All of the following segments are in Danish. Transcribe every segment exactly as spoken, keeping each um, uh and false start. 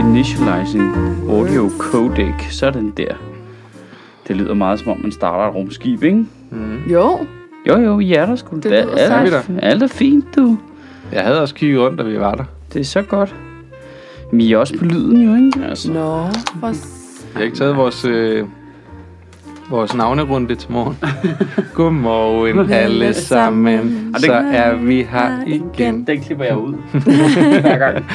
Initializing audio codec. Sådan der. Det lyder meget som om man starter et rumskib, ikke? Mm. Jo. Jo, jo, I er der sgu. Det lyder alt, alt, alt er fint, du. Jeg havde også kigget rundt, da vi var der. Det er så godt. Men I er også på lyden, jo, ikke? Altså. Nå, for... Vi har ikke taget vores, øh, vores navnerunde til morgen. Godmorgen alle sammen, så er vi her igen. Den klipper jeg ud hver gang.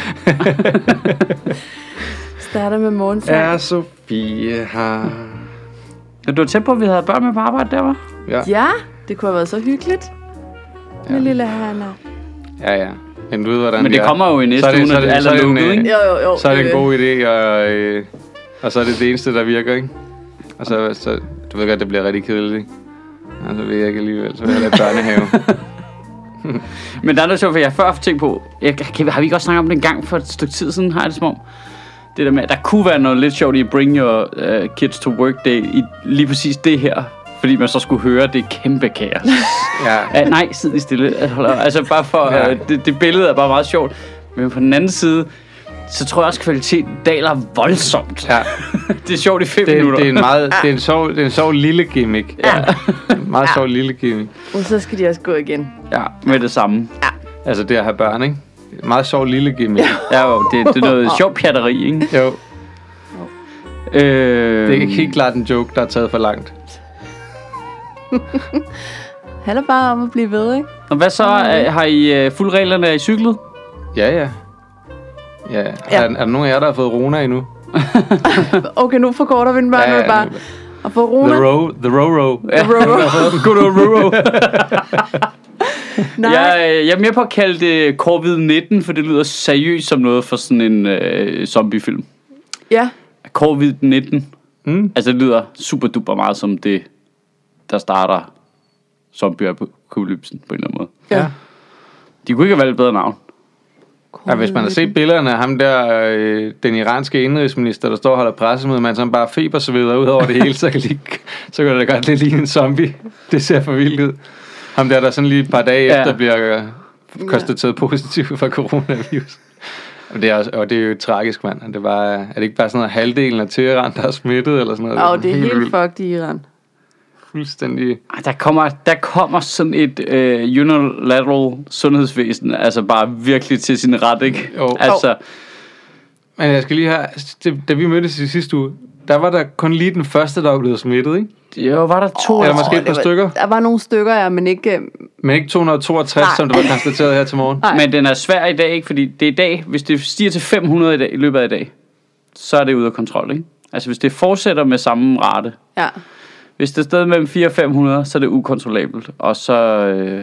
Starter med morgensang. Er Sofie her? Du var tæt på, at vi havde børn med på arbejde der, var? Ja. Ja, det kunne have været så hyggeligt. Ja. Med lille Hanna. Ja, ja. Men du ved, hvordan Men det kommer jo i næste uge, når det alt er lukket, ikke? Jo, jo, jo. Så er det en god idé, og, øh, og så er det det eneste, der virker, ikke? Og så, så du ved godt, det bliver rigtig kedeligt, ikke? Og så vil jeg ikke alligevel, så vil jeg lade børnehave. Men der er noget sjovt, for jeg har før tænkt på, jeg, kan, har vi ikke også snakket om det en gang for et stykke tid siden, har jeg det som om? Det der med, at der kunne være noget lidt sjovt i Bring Your uh, Kids to Work Day, i lige præcis det her, fordi man så skulle høre det kæmpe kaos. Ja. Uh, nej, sid i stille. Altså bare for, ja. uh, det, det billede er bare meget sjovt. Men på den anden side, så tror jeg også, at kvaliteten daler voldsomt. Ja. Det er sjovt i fem det, minutter. Det er en meget, det er en sjov, det er en sjov lille gimmick. Ja. En meget sjov lille gimmick. Og så skal de også gå igen. Ja, med det samme. Ja. Altså det at have børn, ikke? En meget sjov lille gimmick. Ja, jo, det, det er noget sjov pjatteri, ikke? Jo. Øh, Det er ikke helt klart en joke, der er taget for langt. Handler bare om at blive ved, ikke? Og hvad så? Er, har I uh, fuldt reglerne i cyklet? Ja, ja. Ja, ja. Er, er der nogen af jer, der har fået Rona endnu? Okay, nu forkorter vi den bare. Ja, ja, bare. nu- Og få Rona. The row, the row row. Ja. Good old Ruro. Nej. Jeg, jeg er mere på at kalde det covid nitten, for det lyder seriøst som noget for sådan en øh, zombiefilm. Ja. covid nitten. Mm. Altså det lyder super duper meget som det, der starter zombie-apokalypsen på en eller anden måde. Ja. De kunne ikke have valgt et bedre navn. Ja, hvis man har set billederne af ham der, øh, den iranske indrigsminister, der står og holder pressemøde, man sådan bare febersveder ud over det hele, så kan, lige, så kan det godt lidt ligne en zombie. Det ser for vildt ud. Ham der, der sådan lige et par dage Ja. efter bliver øh, konstateret positiv for coronavirus. Og det er, også, og det er jo tragisk, mand. Det var, er det ikke bare sådan noget halvdelen af Teheran, der er smittet, eller sådan noget? Åh, det er helt fucked i Iran. Fuldstændig. Ej, Der kommer, der kommer sådan et øh, unilateral sundhedsvæsen, altså bare virkelig til sin ret, ikke? Jo. Altså, Men jeg skal lige have, det, da vi mødtes i sidste uge, der var der kun lige den første, der var blevet smittet, ikke? jo, var der to... Eller måske et par det var- stykker. Der var nogle stykker, ja, men ikke... Men ikke to hundrede og toogtres, Nej. som det var konstateret her til morgen. Nej. Men den er svær i dag, ikke? Fordi det er i dag, hvis det stiger til fem hundrede i, dag, i løbet af i dag, så er det ude af kontrol, ikke? Altså hvis det fortsætter med samme rate, Ja. hvis det er stadig mellem fire og fem hundrede, så er det ukontrollabelt. Og så... Øh,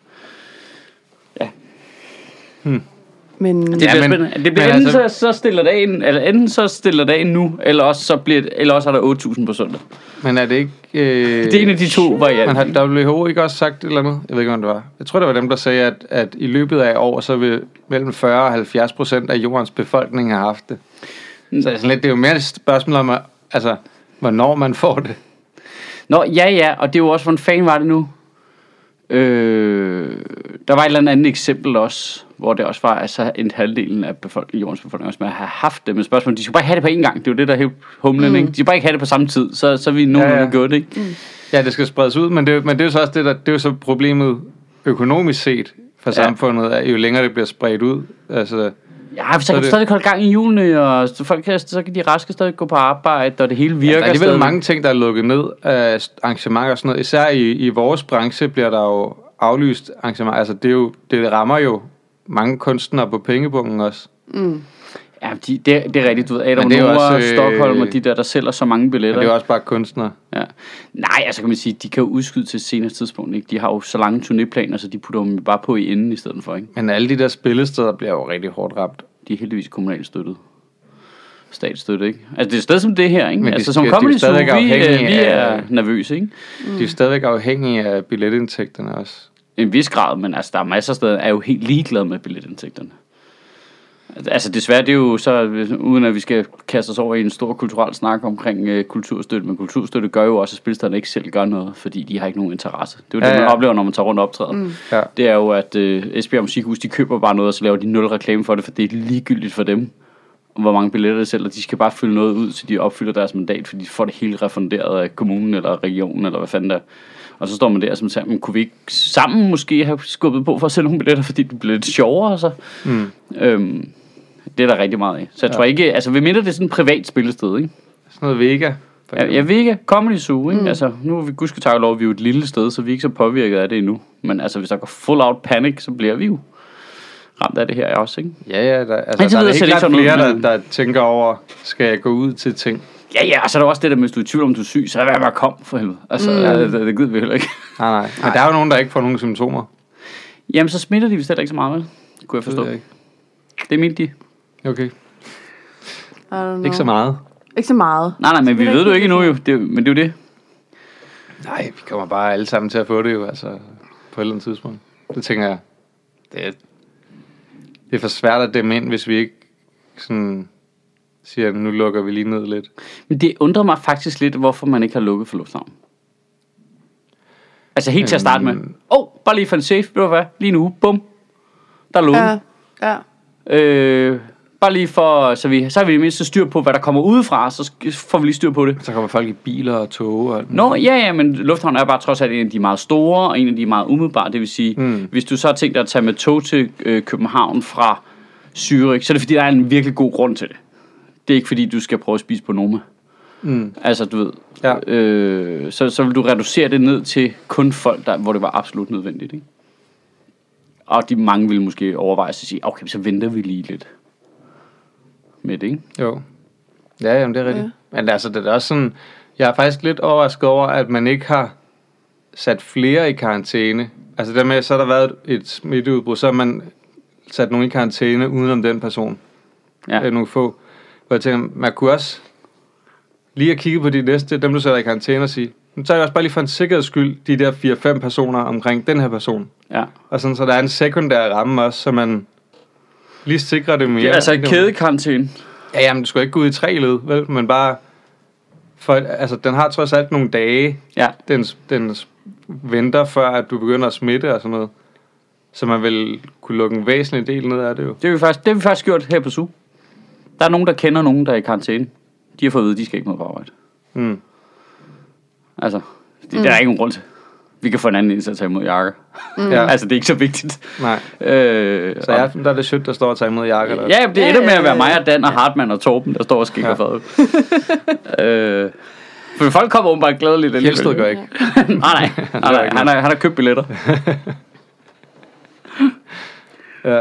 Men det bliver Ja, men- spændende. Det bliver men enten altså- så, så stiller det ind, eller enten så stiller det ind nu, eller også så bliver det, eller også er der otte tusind på søndag. Men er det ikke... Øh, Det er en af de to varianter. Men har W H O ikke også sagt et eller andet? Jeg ved ikke, om det var. Jeg tror, det var dem, der sagde, at, at i løbet af år, så vil mellem fyrre og halvfjerds procent af jordens befolkning have haft det. Så altså, lidt, det er jo mere et spørgsmål om, at, altså, hvornår man får det. Nå, ja, ja, og det er jo også, hvordan fanden var det nu? Øh, der var et eller andet eksempel også, hvor det også var altså en halvdelen af befolkningen, jordens befolkning også med at have haft det. Men spørgsmålet, de skulle bare ikke have det på én gang. Det er jo det, der er helt humlen, mm. ikke? De skulle bare ikke have det på samme tid, så, så er vi nogenlunde Ja, ja, ja. ja. godt, ikke? Mm. Ja, det skal spredes ud, men det, men det er jo så også det, der, det er jo så problemet økonomisk set for Ja. samfundet, at jo længere det bliver spredt ud. Altså, Ja, så, så kan det- du stadig holde gang i hjulene, og så, folk kan, så kan de raske stadig gå på arbejde, og det hele virker ja, der er alligevel stadig. mange ting, der er lukket ned af arrangementer og sådan noget. Især i, i vores branche bliver der jo aflyst arrangementer. Altså, det, er jo, det rammer jo mange kunstnere på pengebungen også. Mm. Ja, de, det, det er rigtigt, du ved, Adam Men det er jo Nora, også, øh, Stockholm og de der, der sælger så mange Men billetter. det er jo også bare kunstnere. Ja. Nej, altså kan man sige, de kan jo udskyde til et senere tidspunkt, ikke? De har jo så lange turnéplaner, så de putter dem bare på i enden i stedet for, ikke? Men alle de der spillesteder bliver jo rigtig hårdt ramt. De er heldigvis kommunalt støttet. Statsstøtte, ikke? Altså det er et sted som det her, ikke? Men de altså som skal- de er Comedy Zoo, stadigvæk vi, afhængige øh, vi er af- nervøse, ikke? Mm. De er jo stadigvæk afhængige af billetindtægterne også. I en vis grad, men altså der er masser af steder, der er jo helt ligeglade med billetindtægterne. Altså desværre, det er jo så, uden at vi skal kaste os over i en stor kulturel snak omkring øh, kulturstøtte, men kulturstøtte gør jo også, at spilstederne ikke selv gør noget, fordi de har ikke nogen interesse. Det er jo Ja, det, man ja. oplever, når man tager rundt og optræder. Mm. Ja. Det er jo, at øh, Esbjerg Musikhus, de køber bare noget, og så laver de nul reklame for det, for det er ligegyldigt for dem, hvor mange billetter de sælger. De skal bare fylde noget ud, så de opfylder deres mandat, fordi de får det hele refunderet af kommunen eller regionen, eller hvad fanden der. Og så står man der som siger, men kunne vi ikke sammen måske have skubbet på for at sælge nogle billetter, fordi det bliver lidt sjovere, så. Mm. Øhm, det er der rigtig meget af. Så jeg ja. tror ikke, altså vi mindre det er sådan et privat spillested, ikke? Sådan noget Vega. Ja, ja, Vega, Comedy Zoo, ikke? Mm. Altså, nu er vi gudskelov lov, vi er jo et lille sted, så vi er ikke så påvirket af det endnu. Men altså, hvis der går full out panic, så bliver vi jo ramt af det her også, ikke? Ja, ja, der, altså, der er helt klart flere, der, der tænker over, skal jeg gå ud til ting? Ja, ja, og så er der også det der, hvis du er i tvivl om, du er syg, så er det bare kom for helvede. Altså, mm. ja, det, det gider vi heller ikke. Nej, nej. Men der er jo nogen, der ikke får nogen symptomer. Jamen, så smitter de vist heller ikke så meget, vel? Det kunne jeg forstå. Det, jeg ikke. Det mente de. Okay. Ikke så meget. Ikke så meget. Nej, nej, men vi ved det jo ikke endnu, jo. Det, men det er jo det. Nej, vi kommer bare alle sammen til at få det jo, altså, på et eller andet tidspunkt. Det tænker jeg, det er, det er for svært at dæmme ind, hvis vi ikke sådan siger, nu lukker vi lige ned lidt. Men det undrer mig faktisk lidt, hvorfor man ikke har lukket for lufthavnen. Altså helt til at starte med. Åh, oh, bare lige for en safe, ved du hvad? Lige nu, bum. Der er lukket. Ja, ja. Øh... Bare lige for, så, vi, så har vi det mindste styr på, hvad der kommer udefra, så får vi lige styr på det. Så kommer folk i biler og tog og alt. Nå, ja, ja, men lufthavnen er bare trods alt en af de meget store, og en af de meget umiddelbare. Det vil sige, mm. hvis du så har tænkt dig at tage med tog til øh, København fra Zürich, så er det fordi, der er en virkelig god grund til det. Det er ikke fordi, du skal prøve at spise på Noma. Mm. Altså, du ved, ja. øh, så, så vil du reducere det ned til kun folk, der, hvor det var absolut nødvendigt, ikke? Og de mange vil måske overveje at sige, okay, så venter vi lige lidt med det, ikke? Jo. Ja, jamen, det er rigtigt. Ja. Men altså, det er også sådan, jeg er faktisk lidt overrasket over, at man ikke har sat flere i karantæne. Altså dermed, så har der været et smitteudbrud, så har man sat nogen i karantæne udenom den person. Ja. Eller nogle få. Hvor jeg tænker, man kunne også lige at kigge på de næste, dem du sætter i karantæne og sige, nu tager jeg også bare lige for en sikkerheds skyld, de der fire fem personer omkring den her person. Ja. Og sådan, så der er en sekundær ramme også, så man lige sikrer det mere. Det er altså en kædekarantæne. Ja, jamen, du skal ikke gå ud i tre led, vel? Men bare, for, altså, den har trods alt nogle dage, ja. den, den venter, før at du begynder at smitte og sådan noget. Så man vil kunne lukke en væsentlig del ned af det jo. Det har vi faktisk, det har vi faktisk gjort her på S U. Der er nogen, der kender nogen, der er i karantæne. De har fået at vide, de skal ikke med på arbejde. Mm. Altså, det, mm. det er der ikke nogen grund til. Vi kan få en anden indsats at tage imod jakker. Mm. Ja. Altså, det er ikke så vigtigt. Nej. Øh, så ja, der er det sødt, der står og tager imod jakker. Der. Ja, det ender med at være mig og Dan og Hartmann og Torben, der står og skikker ja. fad. øh, for folk kommer åbenbart glædeligt. Kjeldsted gør ikke. nej, nej. nej, nej. Han, har, han har købt billetter. ja.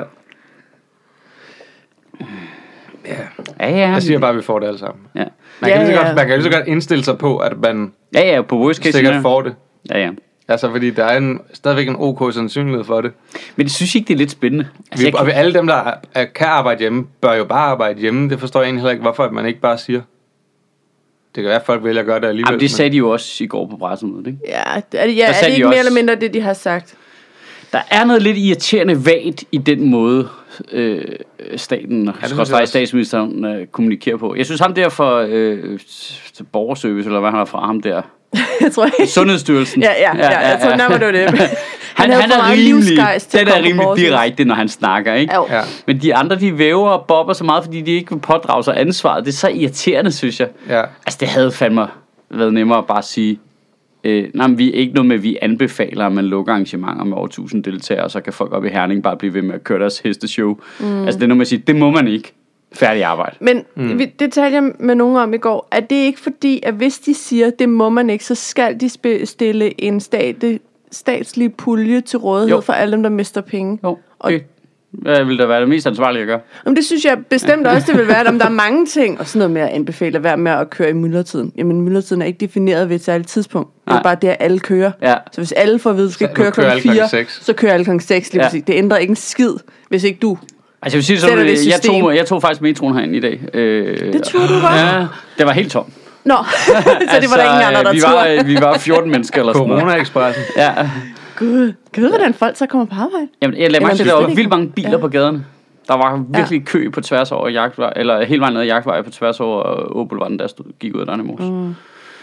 Ja. Ja, ja. Jeg siger bare, at vi får det alle sammen. Ja. Man, ja, kan lige ja. godt, man kan lige så godt indstille sig på, at man ja, ja, på worst case sikkert får det. Ja, ja. Altså, fordi der er en, stadigvæk en ok sandsynlighed for det. Men det synes jeg ikke, det er lidt spændende. Altså, vi, og alle dem, der er, kan arbejde hjemme, bør jo bare arbejde hjemme. Det forstår jeg egentlig heller ikke, hvorfor man ikke bare siger. Det kan være, at folk vælger at gøre det alligevel. Jamen, det sagde de jo også i går på pressemødet, ikke? Ja, er det, ja, er det ikke de mere eller mindre det, de har sagt? Der er noget lidt irriterende vagt i den måde, øh, staten og ja, statsministeren øh, kommunikerer på. Jeg synes ham der for øh, borgerservice, eller hvad han er fra, ham der. Jeg tror ikke. Sundhedsstyrelsen. Ja, ja, ja, ja, jeg tror nærmere, det var det. Han, han, han er rimelig, den er rimelig direkte, når han snakker, ikke? Ja. Men de andre, de væver og bobber så meget, fordi de ikke vil pådrage sig ansvaret. Det er så irriterende, synes jeg. Ja. Altså, det havde fandme været nemmere at bare sige, øh, nej, men vi er ikke noget med, at vi anbefaler, at man lukker arrangementer med over tusind deltagere, og så kan folk op i Herning bare blive ved med at køre deres hesteshow. Mm. Altså, det er noget med at sige, det må man ikke. Færdig arbejde. Men mm. vi, det talte jeg med nogen om i går, at det ikke fordi, at hvis de siger, det må man ikke, så skal de stille en stat, statslig pulje til rådighed jo. For alle dem, der mister penge. Jo, og det øh, vil da være det mest ansvarlige at gøre. Jamen, det synes jeg bestemt også, det vil være, at om der er mange ting, og sådan noget med at anbefale at være med at køre i myldretiden. Jamen, myldretiden er ikke defineret ved et særligt tidspunkt. Det er Nej. bare det, at alle kører. Ja. Så hvis alle får at vide, at skal køre klokken fire, så kører alle klokken seks. Lige ja. Det ændrer ikke en skid, hvis ikke du... Altså jeg vil sige sådan, jeg, jeg, tog, jeg tog faktisk metroen herinde i dag. Øh, det turde du godt? Ja, det var helt tom. Nå, så altså, det var der ingen andre, der vi var, vi var fjorten mennesker eller sådan noget. Corona-ekspressen. Ja. Gud, gud, hvordan folk så kommer på arbejde? Jamen, jeg lagde mærke til, at der var vildt mange biler ja. på gaderne. Der var virkelig ja. kø på tværs over Jagtvej, eller helt vejen ned ad Jagtvej på tværs over Åboulevarden, der stod, gik ud af Dannemos. Mm.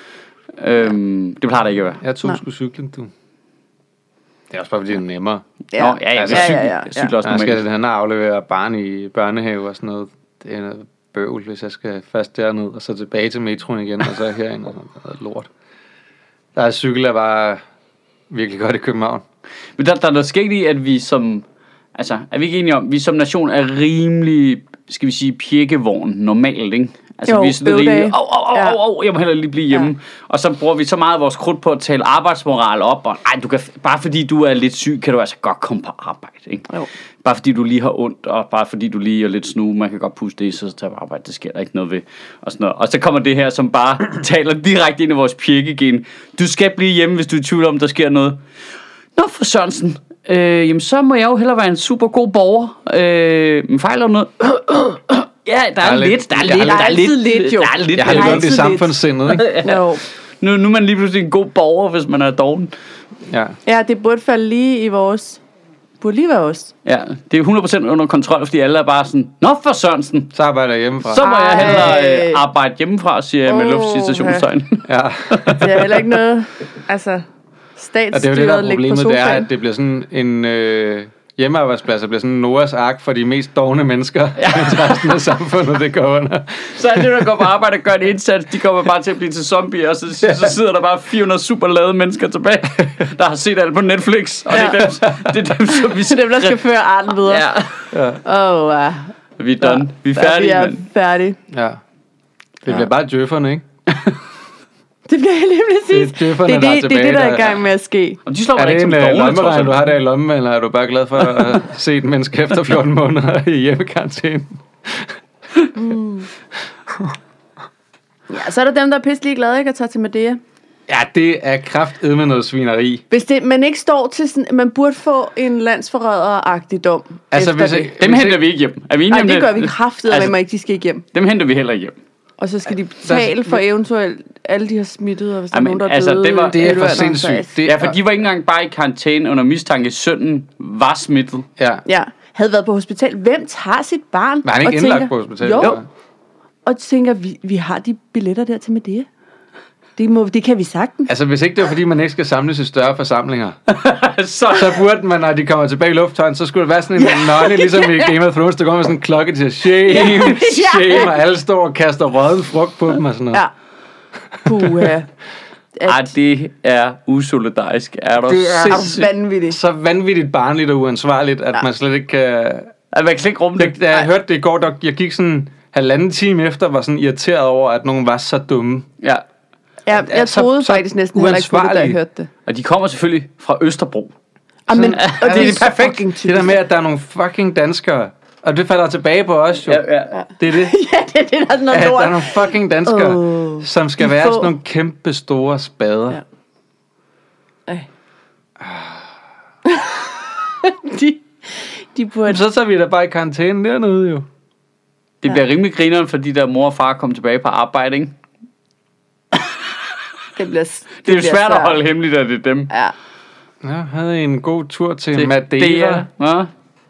Øhm, det plejer det ikke at være. Jeg tog sgu cyklen, du. Det er også bare fordi, det er nemmere. Ja, Nå, ja, ja, altså, ja, cykel, ja, ja. cykler også normalt. Jeg skal han aflevere barn i børnehave og sådan noget. Det er noget bøvl, hvis jeg skal først derned, og så tilbage til metroen igen, og så herind, og sådan noget lort. Der er cykel, der bare virkelig godt i København. Men der, der er noget skægt i, at vi som... Altså, er vi ikke enige om, vi som nation er rimelig, skal vi sige, pjekkevogn normalt, ikke? Altså, Jo, vi er sådan rimelig, øvdage. åh, åh, åh, åh, jeg må hellere lige blive hjemme. Ja. Og så bruger vi så meget af vores krudt på at tale arbejdsmoral op, og ej, du kan, bare fordi du er lidt syg, kan du altså godt komme på arbejde, ikke? Jo. Bare fordi du lige har ondt, og bare fordi du lige er lidt snu, man kan godt puste det, så tager på arbejde, det sker der ikke noget ved. Og, sådan noget. Og så kommer det her, som bare taler direkte ind i vores pjekkegen. Du skal blive hjemme, hvis du er i tvivl om, der sker noget. Nå, for Sørensen. Øh, jamen, så må jeg jo hellere være en super god borger. Øh, men fejler du noget? Ja, der er, der er lidt, der er lidt, der er altid lidt, jo. Der er lidt, Jeg har lidt ondt i altid samfundssindet, ikke? Jo. nu, nu er man lige pludselig en god borger, hvis man er doven. Ja. Ja, det burde falde lige i vores... Burde lige være os. Ja, det er hundrede procent under kontrol, fordi alle er bare sådan, nå for Sørensen, Så arbejder jeg hjemmefra. så må jeg Ej. hellere øh, arbejde hjemmefra, siger jeg med Åh, luftcitationstegn. Ja. Det er heller ikke noget... Altså, Og det er jo det, der statsstyret er ligge på problemet, det er, sofaen. at det bliver sådan en øh, hjemmearbejdsplads, der bliver sådan en Noahs ark for de mest dovne mennesker, ja. Mens resten af samfundet, det går under. Så er det, der går på arbejde og gør en indsats, de kommer bare til at blive til zombier, og så, så sidder der bare fire hundrede super lavede mennesker tilbage, der har set alt på Netflix, og ja. det, er dem, det er dem, som vi Det er dem, der skal føre arten videre. Ja, Åh, oh, uh. vi er done. Vi er færdige, Ja, vi mand. er færdige. Ja. Det bliver bare djøfferne, ikke? Det bliver lige præcis. Det er djøfferne, det, er der er det, det er det, der er i tilbage, gang med at ske. Og de slår Er mig det ikke en som uh, dovne, trods lommeregn, alt. du har der i lommen, eller er du bare glad for at se et menneske efter fjorten måneder i hjemmekarantæne? Mm. Ja, så er der dem, der er pisselig glade, ikke, at tage til Medea. Ja, det er kraftedme noget svineri. Hvis det, man ikke står til sådan, man burde få en landsforræder-agtig dom Altså, efter hvis det. jeg- Dem henter vi ikke hjem. Er vi enige Nej, om det gør vi kraftedeme, Altså- altså, ikke de skal ikke hjem. Dem henter vi heller ikke hjem. Og så skal de betale for eventuelt alle de har smittet, og hvis der er Jamen, nogen, der er altså, døde. det var- Det er for eller sindssygt. andet. Det Ja, for er- de var ikke engang bare i karantæne under mistanke. Sønnen var smittet. Ja. Ja, havde været på hospital. Hvem tager sit barn? Var han ikke og indlagt tænker, på hospitalet? Jo, eller? og tænker, vi, vi har de billetter der til Medea. Det, må, det kan vi sagtens. Altså, hvis ikke det var, fordi man ikke skal samles i større forsamlinger, så, så burde man, når de kommer tilbage i lufthavnen, så skulle det være sådan en nonne, ligesom i Game of Thrones, der går med sådan en klokke til shame, shame, og alle står og kaster rødden frugt på dem og sådan noget. Ja. Puha. Ej, det er usolidarisk. Er du Det er- sindssygt? Vanvittigt. Så vanvittigt barnligt og uansvarligt, at Ja. man slet ikke kan... At man kan slet ikke rumme det. Da jeg hørte det i går, der, jeg gik sådan halvanden time efter, var sådan irriteret over, at nogen var så dumme. Ja. Ja, jeg Ja, så- troede så faktisk næsten heller ikke på det, da jeg uansvarlige. hørte det. Og de kommer selvfølgelig fra Østerbro. Ah, men, Sådan- og Ja, det er det er perfekt. Fucking Det der med, at der er nogle fucking danskere, og det falder tilbage på os jo. Ja, ja. Det er det. Ja, det er det, der er sådan noget At der er lort. nogle fucking danskere, Åh, som skal de være få- sådan nogle kæmpe store spader. Ja. Ej. de, de burde... Men så tager vi da bare i karantæne dernede jo. Det bliver rimelig grineren, fordi der mor og far kom tilbage på arbejde, ikke? Det, bliver, Det er jo bliver svært at holde hemmeligt, at det er dem. Ja. Ja, havde en god tur til Det- Madeira. Det er, ja.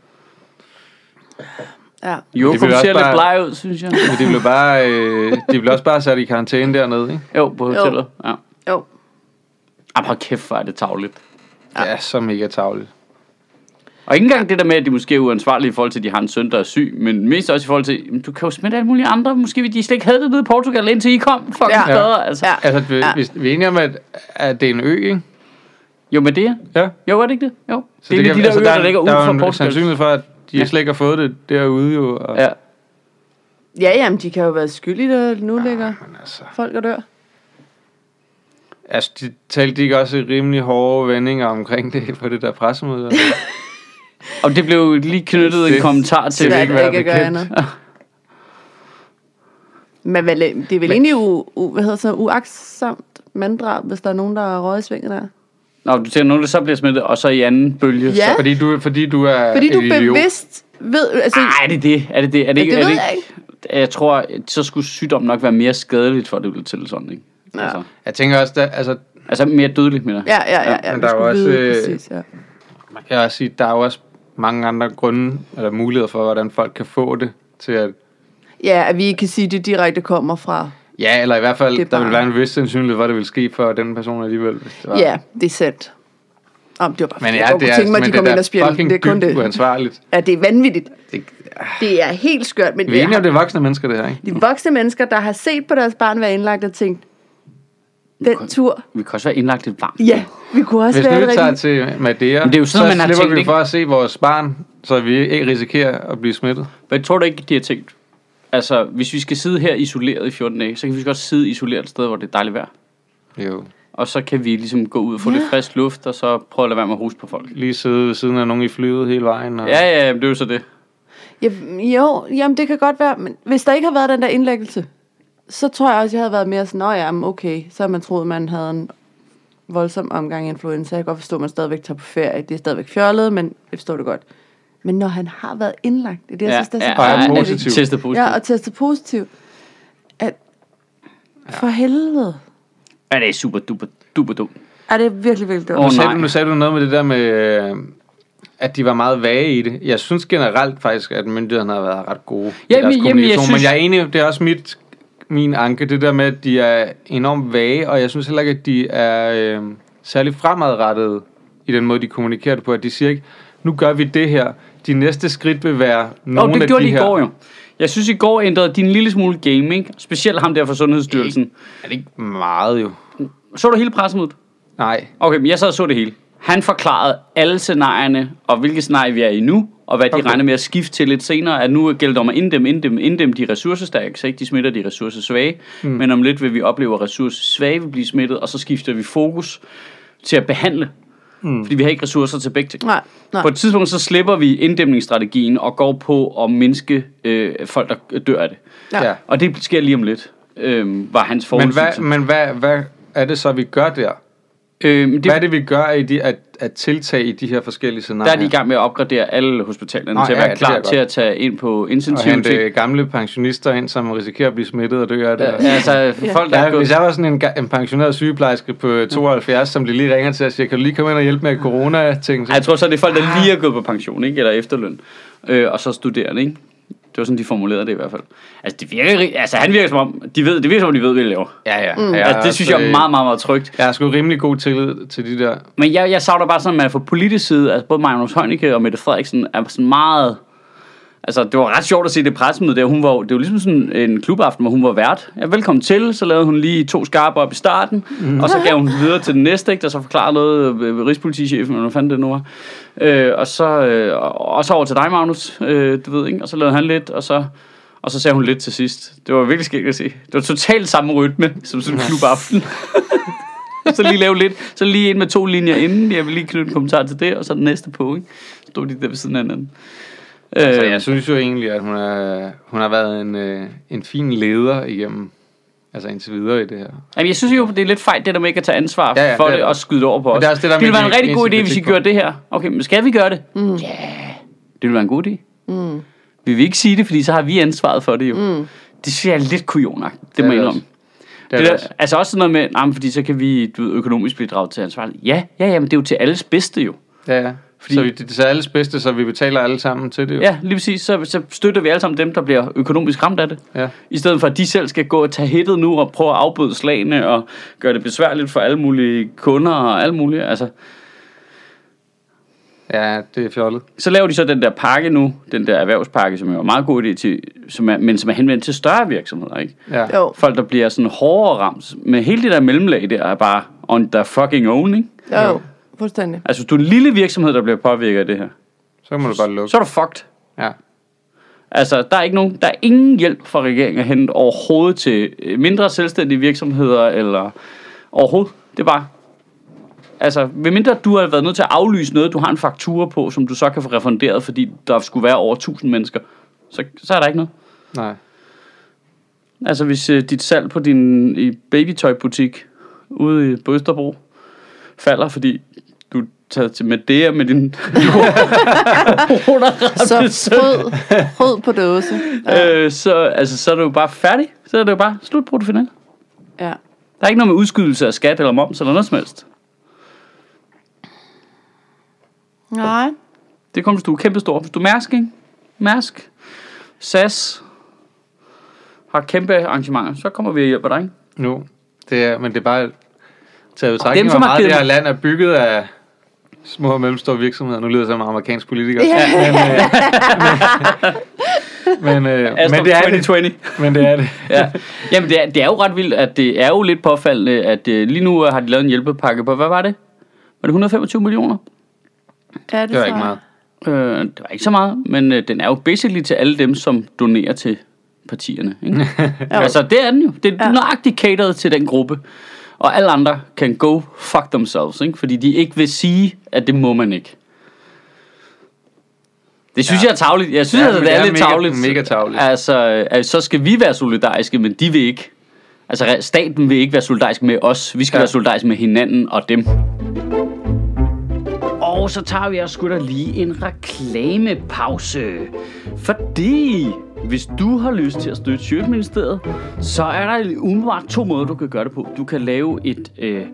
Ja. Jo, Det kom bliver ser også lidt bare- bleg ud, synes jeg. Men de blev bare, øh, de blev også bare sat i karantæne dernede, ikke? Jo, på hotellet. Ja. Jo. Ej, hold kæft, hvor er det tavligt. Ja, ja så mega tavligt. Og ikke engang det der med, at de måske er uansvarlige i forhold til, at de har en søn, der er syg, men mest også i forhold til, jamen, du kan jo smitte alle mulige andre. Måske vil de slet ikke have det nede i Portugal, indtil I kom. Fucking Ja. bedre, altså. Ja. Altså, vi, Ja. vi, vi er enige om, at, at det er en ø, ikke? Jo, med det. Ja. Jo, er det ikke det? Jo. Så det er kan- de der altså, øer, der, er- ligger ud der er fra jo en Portugal. sandsynlighed for, at de Ja. slet ikke har fået det derude jo. Og, Ja. Ja, jamen, de kan jo være skyldige, der nu ligger Men altså, folk og dør. altså, de talte de ikke også i rimelig hårde vendinger omkring det på det der pressemøde? Og det blev lige knyttet Det- en kommentar til. vil Det ikke er være ikke at gøre bekendt. andet. Men vel, det er vel egentlig u, u, hvad hedder så, uagtsomt manddrab, hvis der er nogen, der er røget i svinget der. Nå, du tænker, nogen der så bliver smittet, og så i anden bølge. Ja. Så... Fordi du, fordi du er Fordi du en idiot. bevidst ved... Altså, Ej, er det det? Er det det? Er det, ikke, det er ved det jeg ikke? Jeg tror, så skulle sygdommen nok være mere skadeligt, for at det blev til sådan, ikke? Ja. Altså, Jeg tænker også, der, altså, altså mere dødeligt, mener jeg. ja, ja, ja. ja men vi der er jo skulle også, vide øh, præcis, ja. man kan også sige, der er jo også mange andre grunde, eller muligheder for, hvordan folk kan få det til at... Ja, at vi ikke kan sige, at det direkte kommer fra... Ja, eller i hvert fald, Det er der vil bare- være en vis sandsynlighed for, at det vil ske for den person alligevel, hvis det var. Ja, det er sandt. Om, det var bare Men fordi, ja, jeg godt det kunne er, tænke mig, at men de kom det ind er og spjælde. fucking Det er kun dybt det. uansvarligt. Ja, det er vanvittigt. Det, Det er helt skørt, men vi er enige om, det det er voksne mennesker, det her, ikke? er de voksne mennesker, der har set på deres barn være indlagt og tænkt, den tur, Vi kan også være indlagt et varmt. ja, vi kunne også Hvis nu være vi det tager rigtigt. til Madeira, Men det er jo sådan, så man har slipper tænkt, vi ikke? for at se vores barn, så vi ikke risikerer at blive smittet. Men jeg tror da ikke, de har tænkt, altså hvis vi skal sidde her isoleret i fjorten dage, så kan vi godt sidde isoleret et sted, hvor det er dejligt vejr. Jo. Og så kan vi ligesom gå ud og få Ja. lidt frisk luft, og så prøve at lade være med at hoste på folk. Lige sidde ved siden af nogen i flyet hele vejen. Og... Ja, ja, det er jo så det. Ja, jo, jamen det kan godt være, men hvis der ikke har været den der indlæggelse, så tror jeg også, jeg havde været mere sådan, nå ja, men okay, så har man troet, man havde en voldsom omgang influenza. Jeg kan godt forstå, at man stadigvæk tager på ferie. Det er stadigvæk fjollet, men jeg forstår det godt. Men når han har været indlagt, det er det, jeg synes, det er så Og er dejligt. positiv. Testet positiv. Ja, og testet positiv. At, for helvede. Ja, det er super duper, duper dumt. Er det virkelig, virkelig dumt? Åh, Nu sagde, nej. du, nu sagde du noget med det der med, øh, at de var meget vage i det. Jeg synes generelt faktisk, at myndighederne har været ret gode i Jamen, deres jamen, jeg kommunikation. synes- Men jeg er enig, det er også mit, min anke, det der med, at de er enormt vage, og jeg synes heller ikke, at de er øh, særlig fremadrettede i den måde, de kommunikerer det på. At de siger ikke, nu gør vi det her. De næste skridt vil være nogle Nå, det af gjorde de de i her. går jo. Jeg synes, i går ændrede de en lille smule game, ikke? Specielt ham der fra Sundhedsstyrelsen. Er det ikke meget jo? Så du hele pressemødet? Nej. Okay, men jeg sad og så det hele. Han forklarede alle scenarierne, og hvilke scenarier vi er i nu, og hvad de Okay. regner med at skifte til lidt senere, at nu gælder det om at inddæmme, inddæmme, inddæmme de ressourcestærke, så ikke de smitter de ressourcesvage, mm. men om lidt vil vi opleve, at ressourcesvage vil blive smittet, og så skifter vi fokus til at behandle, mm. fordi vi har ikke ressourcer til begge ting. Nej, nej. På et tidspunkt så slipper vi inddæmningsstrategien og går på at mindske øh, folk, der dør af det. Ja. Ja. Og det sker lige om lidt, øh, var hans Men, forudsigelse. hvad, men hvad, hvad er det så, vi gør der? Øh, det, Hvad er det, vi gør i de, at, at tiltage i de her forskellige scenarier? der er de i gang med at opgradere alle hospitalerne Nå, til at ja, være det klar ved jeg til godt. at tage ind på Og intensiv hente til. gamle pensionister ind, som risikerer at blive smittet og dø af det. Ja, altså folk, der Ja, er gået... hvis jeg var sådan en, ga- en pensioneret sygeplejerske på tooghalvfjerds, som de lige ringer til og siger, kan du lige komme ind og hjælpe med corona-ting? Ej, jeg tror så, det er folk, der lige er gået på pension, ikke? Eller efterløn. Øh, og så studerende, ikke? Det var sådan, de formulerede det i hvert fald. Altså, det virker, ri- altså han virker som om, de ved, det virker som om, de ved, hvad de laver. Ja, ja. Mm. Jeg er Altså, det også, synes jeg er øh, meget, meget, meget trygt. Jeg har sgu rimelig god tillid til de der. Men jeg, jeg savner bare sådan, at man fra politisk side, altså både Magnus Heunicke og Mette Frederiksen, er sådan meget... Altså, det var ret sjovt at se det pressemøde der. Hun var, det var ligesom sådan en klubaften, hvor hun var vært. Ja, velkommen til. Så lavede hun lige to skarpe op i starten. Mm. Og så gav hun videre til den næste, ikke? Der så forklarede noget ved rigspolitichefen, eller hvad fanden det nu var. Øh, og, så, øh, og så over til dig, Magnus. Øh, du ved, ikke? Og så lavede han lidt, og så... Og så sagde hun lidt til sidst. Det var virkelig skægt at se. Det var totalt samme rytme, som sådan en klubaften. Så lige lave lidt. Så lige ind med to linjer inden. Jeg vil lige knytte en kommentar til det, og så den næste på, ikke? Så stod de der ved siden af hinanden. Altså, Øh, jeg synes jo egentlig, at hun, er, hun har været en, øh, en fin leder igennem, altså indtil videre i det her. Jamen, jeg synes jo, det er lidt fejl, det der med ikke at tage ansvar Ja, ja, for det er det, det og også. skyde det over på Men os. det er også det, der det ville med være en de rigtig god idé, eneste hvis vi kritik gjorde det her. Okay, men skal vi gøre det? Ja, mm. yeah, det ville være en god idé. Mm. Vi vil ikke sige det, fordi så har vi ansvaret for det jo. Mm. Det synes jeg er lidt kujonagt, det, det er må jeg det indrømme. Det er Det det der, også. altså også sådan noget med, nej, men fordi så kan vi du ved, økonomisk bidrage til ansvar. Ja, ja, ja, men det er jo til alles bedste jo. Ja, ja. Fordi- Så vi, det er alles bedste, så vi betaler alle sammen til det jo. Ja, lige præcis. Så, så støtter vi alle sammen dem, der bliver økonomisk ramt af det. Ja. I stedet for, at de selv skal gå og tage hittet nu og prøve at afbøde slagene og gøre det besværligt for alle mulige kunder og alle mulige. Altså, Ja, det er fjollet. så laver de så den der pakke nu, den der erhvervspakke, som er en meget god idé til, som er, men som er henvendt til større virksomheder, ikke? Ja. Jo, Folk, der bliver sådan hårdere ramt. Men hele det der mellemlag der er bare on the fucking own, ikke? jo, jo. Fuldstændig. Altså, hvis du er en lille virksomhed, der bliver påvirket af det her, Så må du bare lukke. så er du fucked. Ja. Altså, der er ikke nogen, der er ingen hjælp fra regeringen at hente overhovedet til øh, mindre selvstændige virksomheder, eller overhovedet. Det er bare... Altså, medmindre du har været nødt til at aflyse noget, du har en faktura på, som du så kan få refunderet, fordi der skulle være over tusind mennesker, så, så er der ikke noget. Nej. Altså, hvis øh, dit salg på din i babytøjbutik ude i på Østerbro falder, fordi du er taget til Madeira med din Så frød, frød på dåse. Ja. øh, så, altså, så er du jo bare færdig. Så er det jo bare slut på det finale. Ja. Der er ikke noget med udskydelse af skat eller moms eller noget som helst. Nej. Det er kun, hvis du er kæmpestor. Hvis du er Mærsk, ikke? Mærsk, S A S har kæmpe arrangementer, så kommer vi og hjælper dig, ikke? Nu. Det er, men det er bare taget Dem, betragtning, som hvor har meget givet det her mig- land er bygget af små og mellemstore virksomheder. Nu lyder det som en amerikansk politiker. Ja. Men, øh, men, øh, men det er det. tyve. Men det er det. Ja. Jamen, det er, det er jo ret vildt, at det er jo lidt påfaldende, at uh, lige nu har de lavet en hjælpepakke på, hvad var det? Var det et hundrede og femogtyve millioner? Ja, det, Det var ikke meget. Øh, det var ikke så meget, men øh, den er jo basically til alle dem, som donerer til partierne. Ikke? Altså, det er den jo. Det er Ja. nøjagtigt cateret til den gruppe. Og alle andre kan go fuck themselves, ikke? Fordi de ikke vil sige, at det må man ikke. Det synes ja. jeg er tarveligt. Jeg synes, Ja, altså, det, det er, er lidt mega- tarveligt. mega tarveligt. Altså, altså, så skal vi være solidariske, men de vil ikke. Altså, staten vil ikke være solidarisk med os. Vi skal ja. være solidariske med hinanden og dem. Og så tager vi også sgu da lige en reklamepause. Fordi hvis du har lyst til at støtte Sjøtministeriet, så er der umiddelbart to måder, du kan gøre det på. Du kan lave et øh,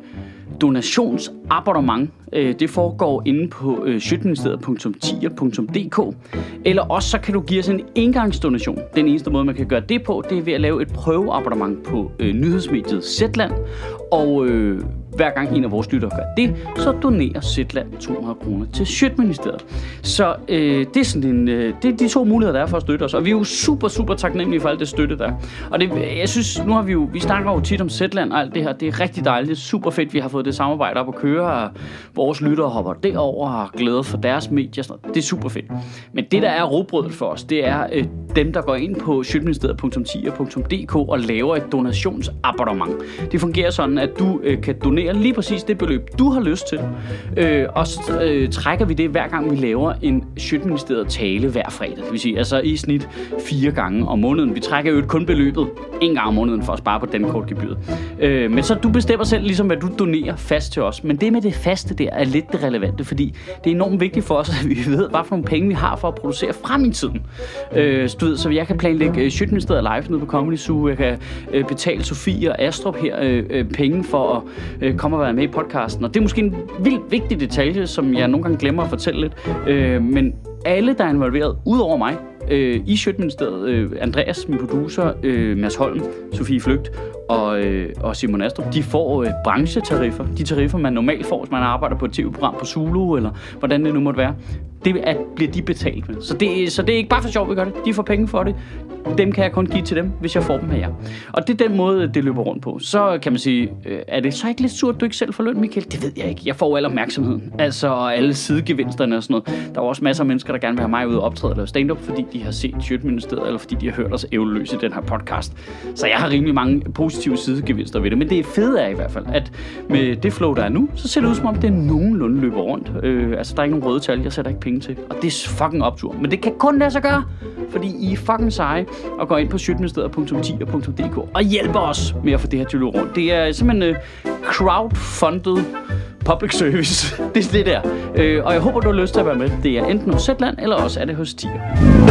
donationsabonnement. Øh, det foregår inde på øh, sjøtministeriet punktum tier punktum d k. Eller også så kan du give os en engangsdonation. Den eneste måde, man kan gøre det på, det er ved at lave et prøveabonnement på øh, nyhedsmediet Zetland. Og øh, hver gang en af vores lyttere gør det, så donerer Zetland to hundrede kroner til Sjøtministeriet. Så øh, det er sådan en, øh, det er de to muligheder, der er for at støtte os. Og vi er jo super, super taknemmelige for alt det støtte, der. Og det, jeg synes, nu har vi jo, vi snakker jo tit om Zetland og alt det her. Det er rigtig dejligt, det er super fedt, vi har fået det samarbejde op at køre. Og vores lyttere hopper derover og har glæde for deres medier. Sådan noget. Det er super fedt. Men det, der er rugbrødet for os, det er øh, dem, der går ind på sjøtministeriet punktum tier punktum d k og laver et donationsabonnement. Det fungerer sådan, at du øh, kan donere lige præcis det beløb, du har lyst til. Øh, og så øh, trækker vi det hver gang, vi laver en Sjøtministeriet tale hver fredag. Det vil sige, altså i snit fire gange om måneden. Vi trækker jo kun beløbet en gang om måneden for at spare på den kortgebyret. Øh, men så du bestemmer selv, ligesom hvad du donerer fast til os. Men det med det faste der er lidt det relevante, fordi det er enormt vigtigt for os, at vi ved, hvad for nogle penge vi har for at producere frem i tiden. Øh, så, du ved, så jeg kan planlægge øh, Sjøtministeriet live nede på Comedy Zoo. Jeg kan øh, betale Sofie og Astrup her øh, øh, penge for at øh, komme og være med i podcasten. Og det er måske en vildt vigtig detalje, som jeg nogle gange glemmer at fortælle lidt. Øh, men alle, der er involveret, ud over mig, øh, i Sjøtministeriet, øh, Andreas, min producer, øh, Mads Holm, Sofie Flygt og, øh, og Simon Astrup, de får øh, branchetariffer. De tariffer, man normalt får, hvis man arbejder på et tv-program på Zulu, eller hvordan det nu måtte være. Det er, bliver de betalt med. Så det, så det er ikke bare for sjov, vi gør det. De får penge for det. Dem kan jeg kun give til dem, hvis jeg får dem af jer. Og det er den måde, det løber rundt på. Så kan man sige, øh, er det så ikke lidt surt, at du ikke selv får løn, Michael? Det ved jeg ikke. Jeg får al opmærksomheden. Altså, og alle sidegevinsterne og sådan noget. Der er også masser af mennesker, der gerne vil have mig ud og optræde eller stand-up, fordi de har set Sjøtministeriet, eller fordi de har hørt os ævleløse i den her podcast. Så jeg har rimelig mange positive sidegevinster ved det. Men det fede er i hvert fald, at med det flow, der er nu, så ser det ud som om, det er nogenlunde løber rundt. Øh, altså, der er ikke nogen røde tal, jeg sætter ikke penge til. Og det er fucking optur. Men det kan kun lade sig gøre, fordi I er fucking seje og går ind på sjøtministeriet punktum tier punktum d k og hjælper os med at få det her til at løbe rundt. Det er simpelthen uh, crowdfunded public service. Det er det der. Uh, og jeg håber, du har lyst til at være med. Det er enten hos Zetland, eller også er det hos Tier.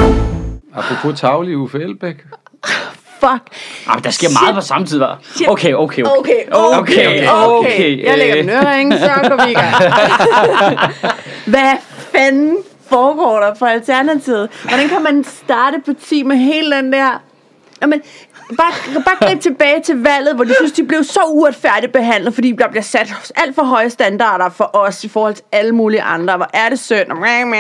Apropos tavle, Uffe Elbæk. Fuck. Ah, der sker meget på samme tid, var. Okay, okay, okay. Okay, okay, okay. okay. okay. Jeg lægger min ørering, så går vi i gang. Hvad fanden foregår der for Alternativet? Hvordan kan man starte parti med hele den der... Jamen, bare, bare grib tilbage til valget, hvor de synes, de blev så uretfærdigt behandlet, fordi der bliver sat alt for høje standarder for os i forhold til alle mulige andre. Hvor er det synd?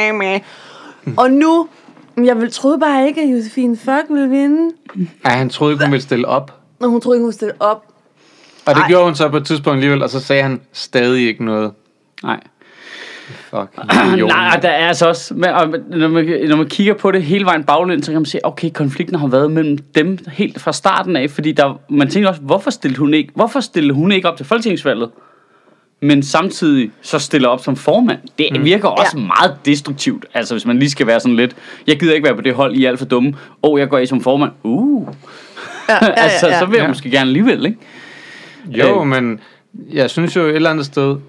Og nu... Jeg vil, troede bare ikke, at Josefine Fock ville vinde. Ja, han troede ikke, hun ville stille op. Og hun troede ikke, hun ville stille op. Og det Ej. gjorde hun så på et tidspunkt alligevel, og så sagde han stadig ikke noget. Nej. Fuck. Nej, der er altså også, når man, når man kigger på det hele vejen baglæns, så kan man se, okay, konflikten har været mellem dem helt fra starten af, fordi der, man tænker også, hvorfor stillede hun ikke, hvorfor stillede hun ikke op til folketingsvalget, men samtidig så stiller op som formand. Det virker også ja. meget destruktivt, altså hvis man lige skal være sådan lidt, jeg gider ikke være på det hold, I er alt for dumme, og jeg går i som formand, uh, ja, ja, ja, altså ja. så vil jeg ja. måske gerne alligevel, ikke? Jo, øh. men jeg synes jo et eller andet sted,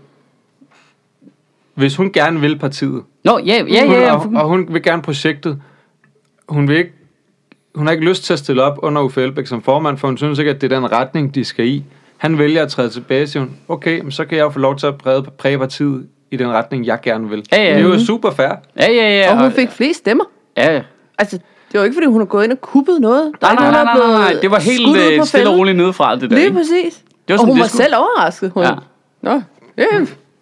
hvis hun gerne vil partiet. Nå, ja, ja, ja, ja. Og, og hun vil gerne projektet. Hun vil ikke, hun har ikke lyst til at stille op under Uffe Elbæk som formand, for hun synes ikke, at det er den retning, de skal i. Han vælger at træde tilbage, siger hun, okay, så kan jeg jo få lov til at præge, præge partiet i den retning, jeg gerne vil. Ja, ja. Det er jo super fair. Ja, ja, ja. Og hun fik flest stemmer. Ja, ja. Altså, det var ikke, fordi hun har gået ind og kuppet noget. Der nej, nej, nej, nej, nej, nej. Det var helt uh, stille og roligt nedefra, det der. Lige præcis. Det var og sådan, hun det var skulle... selv overrasket. Hun. Ja. Nå, yeah.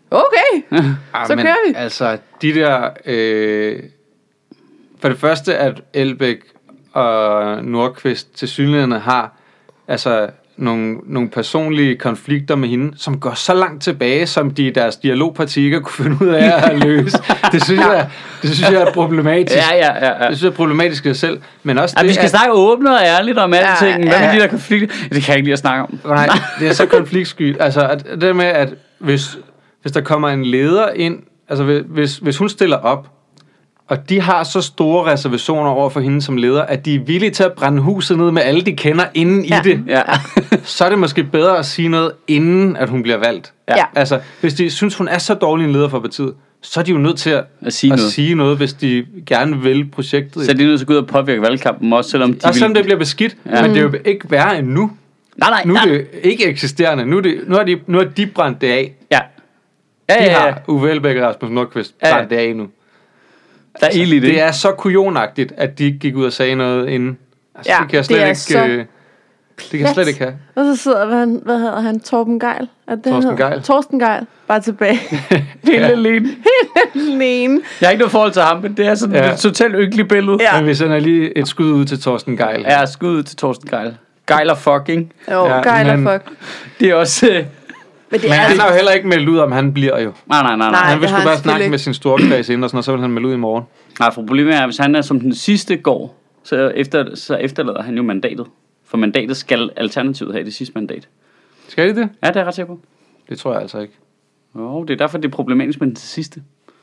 Okay, Ah, så men, kører vi. Altså, de der... Øh, for det første, at Elbæk og Nordqvist til synligheden har altså nogle, nogle personlige konflikter med hende, som går så langt tilbage, som de i deres dialogparti ikke kunne finde ud af at løse. Det synes jeg, det synes jeg er problematisk. Ja, ja, ja, ja. Det synes jeg er problematisk i sig selv. Men også Ja, det, vi skal at, snakke åbent og ærligt om alting. Ja, Hvad med ja. de der konflikter? Det kan jeg ikke lide at snakke om. Nej, det er så konfliktskyt. Altså, at, det med, at hvis, hvis der kommer en leder ind, altså hvis, hvis hun stiller op, og de har så store reservationer over for hende som leder, at de er villige til at brænde huset ned med alle, de kender inden Ja. i det, Ja. så er det måske bedre at sige noget, inden at hun bliver valgt. Ja. Altså, hvis de synes, hun er så dårlig en leder for partiet, så er de jo nødt til at, At sige at noget. sige noget, hvis de gerne vil projektet. Så er de nødt til at gå ud og påvirke valgkampen, også selvom de og selvom vil... det bliver beskidt, Ja. men det er jo ikke værre end nu. Nej, nej, Nu er nej. det ikke eksisterende. Nu er, det, nu er, de, nu er de brændt det af. Ja. Ja, De ja, ja. har Uffe Elbæk og Rasmus Nordqvist Ja, ja. brændt det af nu. Der er ild i det. Det er så kujonagtigt, at de ikke gik ud og sagde noget inden. Altså, Ja, det kan jeg det slet er ikke... så øh, det kan jeg slet ikke have. Og så sidder han, hvad hedder han, Torben Geil? Er det, Torsten han hedder? Gejl. Torsten Geil, bare tilbage. Helt alene. Alene. Jeg har ikke noget forhold til ham, men det er sådan Ja. et totalt ynkeligt billede. Ja. Men vi sender lige et skud ud til Torsten Gejl. Jeg er skud til Torsten Geil. Geil og fucking. Jo, Ja, Geil og men- fuck. Det er også... Øh... Men det Men er han har jo heller ikke meldt ud, om han bliver jo. Nej, nej, nej, nej. Nej. Han vil det sgu har bare han snakke selvfølgelig med sin storkreds inden, og sådan, og så vil han melde ud i morgen. Nej, for problemet er, at hvis han er som den sidste går, så, efter, så efterlader han jo mandatet. For mandatet skal Alternativet have det sidste mandat. Skal de det? Ja, det er jeg ret sikker på. Det tror jeg altså ikke. Jo, det er derfor, det er problematisk med den til sidste.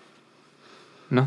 Nå.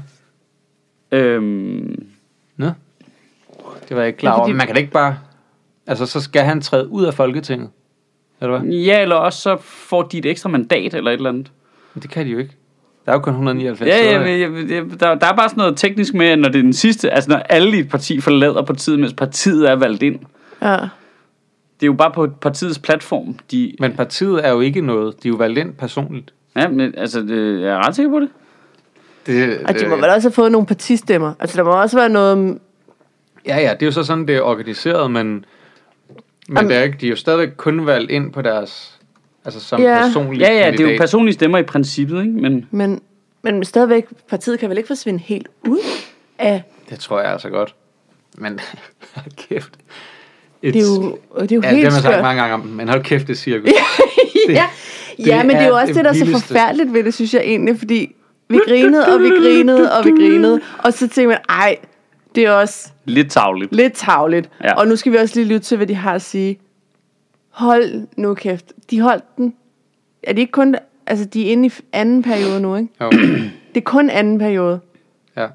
Øhm, Nå. Det var jeg ikke klar Ja, over. fordi- Men man kan da ikke bare... Altså, så skal han træde ud af Folketinget. Eller hvad? ja, eller også så får de et ekstra mandat eller et eller andet. Men det kan de jo ikke. Der er jo kun et hundrede og nioghalvfems. Ja, ja, sæder. men jeg, jeg, der, der er bare sådan noget teknisk med, at når det er den sidste, altså når alle i et parti forlader partiet, mens partiet er valgt ind. Ja. Det er jo bare på partiets platform. De, Men partiet er jo ikke noget. De er jo valgt ind personligt. ja, men altså, det, jeg er ret sikker på det. Det, Og de må vel også have fået nogle partistemmer. Altså, der må også være noget... Ja, ja, det er jo så sådan, det er organiseret, men, men Jamen- det er ikke, de er jo stadigvæk kun valgt ind på deres, altså som Ja. personlig Ja, ja, det er jo kandidat. personlige stemmer i princippet, ikke? Men Men, men stadigvæk, partiet kan vel ikke forsvinde helt ud af... Det tror jeg altså godt. Men hold kæft. It's, Det er jo, det er jo ja, helt det har man sagt skørt. mange gange om, men hold kæft, det cirkus. Ja, det ja, men det er jo er også det det, der er så vildeste. forfærdeligt ved det, synes jeg egentlig, fordi vi grinede, og vi grinede, og vi grinede, og så tænker man, ej, det er også lidt tarveligt. lidt tarveligt. Ja. Og nu skal vi også lige lytte til, hvad de har at sige. Hold nu kæft. De holdt den. Er de ikke kun... Altså, de er inde i anden periode nu, ikke? Jo, Det er kun anden periode. ja.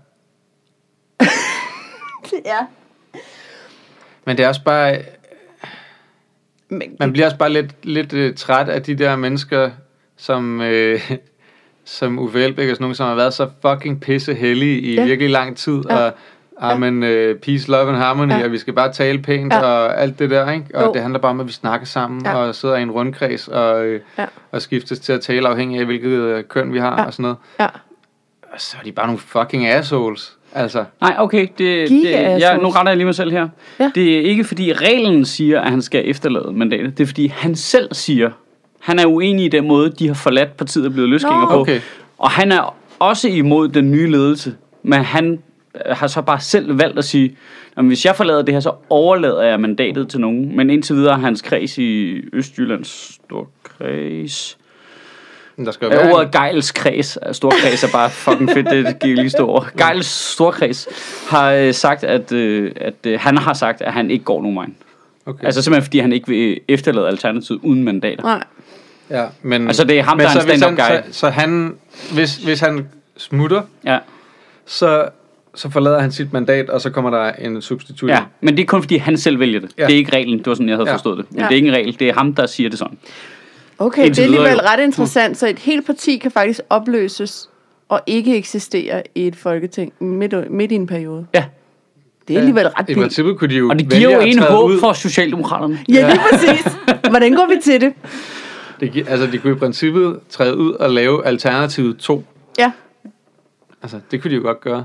Ja. Men det er også bare, Men, man bliver også bare lidt, lidt uh, træt af de der mennesker, som, uh, som Uffe Elbæk og sådan nogen, som har været så fucking pissehellige i Ja. ja. virkelig lang tid, Ja. og ah, men, uh, peace, love and harmony, Ja. ja. og vi skal bare tale pænt, Ja. ja. og alt det der, ikke? Og Jo. det handler bare om, at vi snakker sammen, Ja. ja. og sidder i en rundkreds, og, uh, Ja. og skiftes til at tale afhængig af, hvilket uh, køn vi har, Ja. og sådan noget. ja. Og så er de bare nogle fucking assholes, altså. Nej, okay, det, det, Giga-assholes. jeg, nu retter jeg lige mig selv her. Ja. Det er ikke fordi reglen siger, at han skal efterlade mandatet. Det er fordi han selv siger, han er uenig i den måde, de har forladt partiet og blevet løsgænger Nå. på. Okay. Og han er også imod den nye ledelse. Men han øh, har så bare selv valgt at sige, at hvis jeg forlader det her, så overlader jeg mandatet til nogen. Men indtil videre har hans kreds i Østjyllands storkreds... Men der skal jo Ja, være ordet en, Geils kreds, storkreds er bare fucking fedt, det giver lige store ord. Geils storkreds har øh, sagt, at, øh, at øh, han har sagt, at han ikke går nogen vej. okay. Altså simpelthen fordi han ikke vil efterlade Alternativet uden mandater. Nej. Ja, men, Altså, det er ham, men der er en så hvis stand-up han- guy. Så, så han, hvis, hvis han smutter, Ja. så, så forlader han sit mandat, og så kommer der en substitut. Ja, men det er kun fordi han selv vælger det. Ja. Det er ikke reglen, det var sådan jeg havde Ja. forstået det. Men Ja. det er ikke en regel, det er ham der siger det sådan. Okay, det Indtil er videre alligevel jo. ret interessant. Så et helt parti kan faktisk opløses og ikke eksistere i et folketing midt, midt i en periode. Ja, Det er alligevel ret I vildt. princippet kunne de jo og det vælge giver jo at en træde håb ud. for Socialdemokraterne. Ja, lige præcis. Hvordan går vi til det? Det, gi- altså, de kunne i princippet træde ud og lave Alternativet to. Ja. Altså, det kunne de jo godt gøre.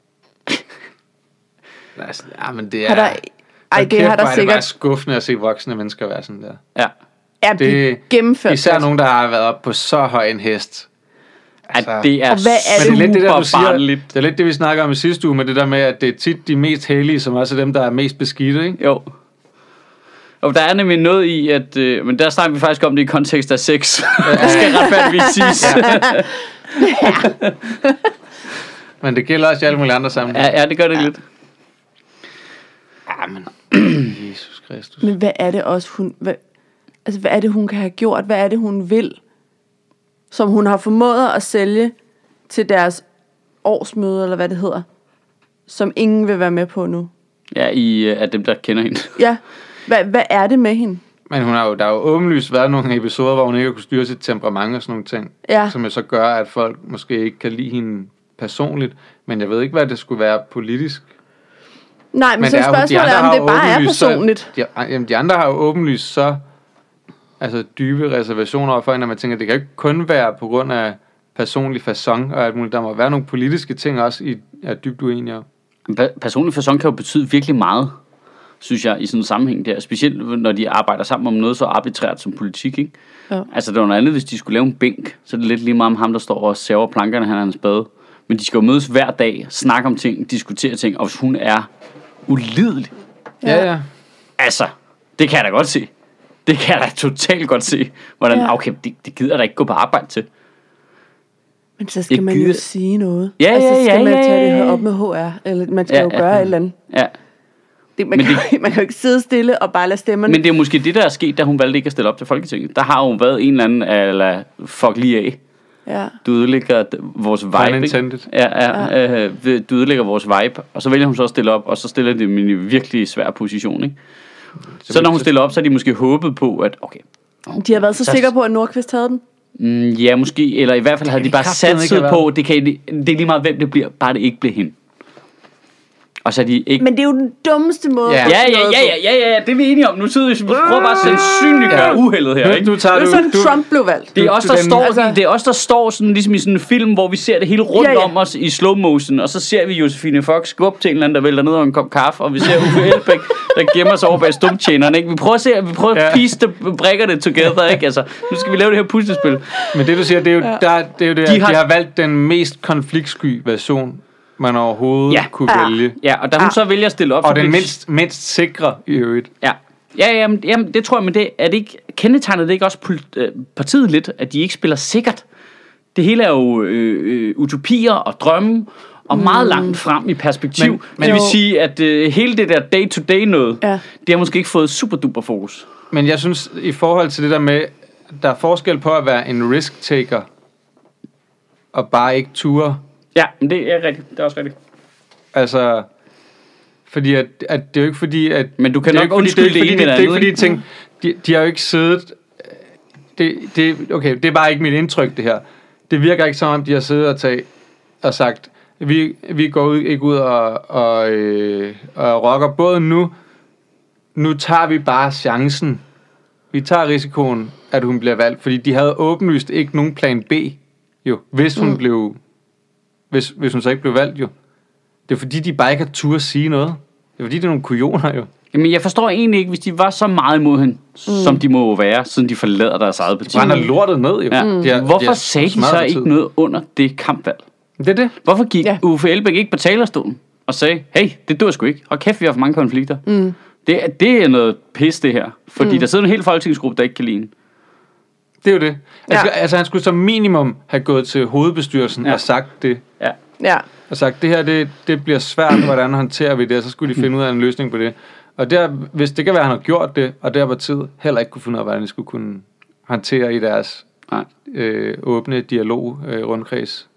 altså, ja, men det er... Har der, ej, Hold det kæft, har der hvor er det bare sikkert. skuffende at se voksne mennesker være sådan der. Ja. Ja, det Det- gennemført. Især godt. nogen, der har været op på så høj en hest. Altså, at det er, og hvad er super det? Men det er lidt det, der, du siger, barnligt. det er lidt det, vi snakker om i sidste uge, med det der med, at det er tit de mest hellige, som også er dem, der er mest beskidte, ikke? Jo. Og der er nemlig noget i, at... Øh, men der snakker vi faktisk om det i kontekst af sex. Det skal retfærdigvis siges. Ja. Men det gælder også i alle mulige andre sammenhæng. Ja, ja, det gør det ja. lidt. Ja, men... Jesus Kristus. Men hvad er det også, hun... Hvad, altså, hvad er det, hun kan have gjort? Hvad er det, hun vil? Som hun har formået at sælge til deres årsmøde, eller hvad det hedder. Som ingen vil være med på nu. Ja, i uh, af dem, der kender hende. Ja. Hvad, hvad er det med hende? Men hun har jo, der har jo åbenlyst været nogle episoder, hvor hun ikke har kunne styre sit temperament og sådan nogle ting. Ja. Som jo så gør, at folk måske ikke kan lide hende personligt. Men jeg ved ikke, hvad det skulle være politisk. Nej, men, men så er, spørgsmålet er, om det bare er personligt. Så, de, jamen, de andre har jo åbenlyst så altså dybe reservationer overfor hende, og man tænker, det kan ikke kun være på grund af personlig facon og alt muligt. Der må være nogle politiske ting også, I er dybt uenige om. Personlig facon kan jo betyde virkelig meget, synes jeg, i sådan en sammenhæng der. Specielt når de arbejder sammen om noget så arbitrært som politik, ikke? Ja. Altså, det var noget andet, hvis de skulle lave en bænk, så er det lidt lige meget om ham, der står og saver plankerne, han er en spade. Men de skal jo mødes hver dag, snakke om ting, diskutere ting, og hvis hun er ulidelig. Ja, ja. Altså, det kan jeg da godt se. Det kan jeg da totalt godt se. Hvordan, ja. okay, det, det gider da ikke gå på arbejde til. Men så skal jeg man gider... jo sige noget. Ja, altså, ja, så skal ja, man ja, tage ja, ja. det her op med H R. Eller man skal ja, jo ja, gøre ja. et eller andet. Ja. Det, man, kan, det, man kan jo ikke sidde stille og bare lade stemmerne. Men det er måske det, der er sket, da hun valgte ikke at stille op til Folketinget. Der har jo været en eller anden, eller fuck lige af. Ja. Du ødelægger vores vibe. Ja, ja, ja. Øh, du ødelægger vores vibe. Og så vælger hun så at stille op, og så stiller de dem i en virkelig svær position, ikke? Så, så når hun stiller op, så har de måske håbet på, at okay. okay de har været så, så sikre på, at Nordqvist havde den? Mm, ja, måske. Eller i hvert fald havde de bare satset på, det, kan, det er lige meget, hvem det bliver, bare det ikke bliver hende. Og så er de ikke... Men det er jo den dummeste måde. Ja, ja, ja, ja, ja, ja, ja, det er vi enige om. Nu sidder vi vi prøver bare at sandsynliggøre ja. uheldet her, ikke? Nu tager det er sådan, du, Trump blev valgt. Det er os, der du, står, altså, det er os, der står sådan, ligesom i sådan en film, hvor vi ser det hele rundt ja, ja. om os i slow motion, og så ser vi Josefine Fox gå op til en eller anden, der vælter ned over en kop kaffe, og vi ser Uffe Elbæk, der gemmer sig over bag stumtjeneren, ikke? Vi prøver at se, vi prøver at ja. piece the brikkerne together, ikke? Altså, nu skal vi lave det her puslespil. Men det du siger, det er jo, ja. der, det, er jo det, de, de, har, de har valgt den mest konfliktsky version, man overhovedet ja. kunne ja. vælge. Ja, og da hun ja. så vælger at stille op... Og den mindst, mindst sikre i øvrigt. Ja, ja jamen, jamen, det tror jeg, men det er det ikke... Kendetegnet det ikke også partiet lidt, at de ikke spiller sikkert? Det hele er jo øh, øh, utopier og drømme, og meget mm. langt frem i perspektiv. Men, men det vil sige, at øh, hele det der day-to-day noget, ja. det har måske ikke fået super duper fokus. Men jeg synes, i forhold til det der med, der er forskel på at være en risk-taker, og bare ikke ture. Ja, men det er rigtigt. Det er også rigtigt. Altså, fordi at, at det er jo ikke fordi, at... Men du kan nok undskylde det ene eller andet. Det er ikke fordi, ting, de, de har jo ikke siddet... Det, det, okay, det er bare ikke mit indtryk, det her. Det virker ikke som om, de har siddet og, taget, og sagt, vi, vi går ud, ikke ud og, og, øh, og rocker både nu. Nu tager vi bare chancen. Vi tager risikoen, at hun bliver valgt. Fordi de havde åbenlyst ikke nogen plan B, jo, hvis hun mm. blev... Hvis, hvis hun så ikke blev valgt, jo. Det er fordi, de bare ikke har tur at sige noget. Det er fordi, det er nogle kujoner, jo. Jamen, jeg forstår egentlig ikke, hvis de var så meget imod hende, mm. som de må være, siden de forlader deres eget parti. De brænder lortet ned, jo. Ja. Mm. De har, Hvorfor de har sagde de så ikke noget under det kampvalg? Det er det. Hvorfor gik ja. Uffe Elbæk ikke på talerstolen og sagde, hey, det dur sgu ikke. Hold kæft, vi har for mange konflikter. Mm. Det, det er noget pis, det her. Fordi mm. der sidder en hel folketingsgruppe, der ikke kan lide. Det er jo det. Altså, ja. altså, han skulle som minimum have gået til hovedbestyrelsen ja. og sagt det. Ja. Ja. Og sagt, det her, det, det bliver svært, hvordan håndterer vi det, og så skulle de finde ud af en løsning på det. Og der, hvis det kan være, at han har gjort det, og der var tid heller ikke kunne finde ud af, hvordan de skulle kunne håndtere i deres øh, åbne dialog øh, rundkreds.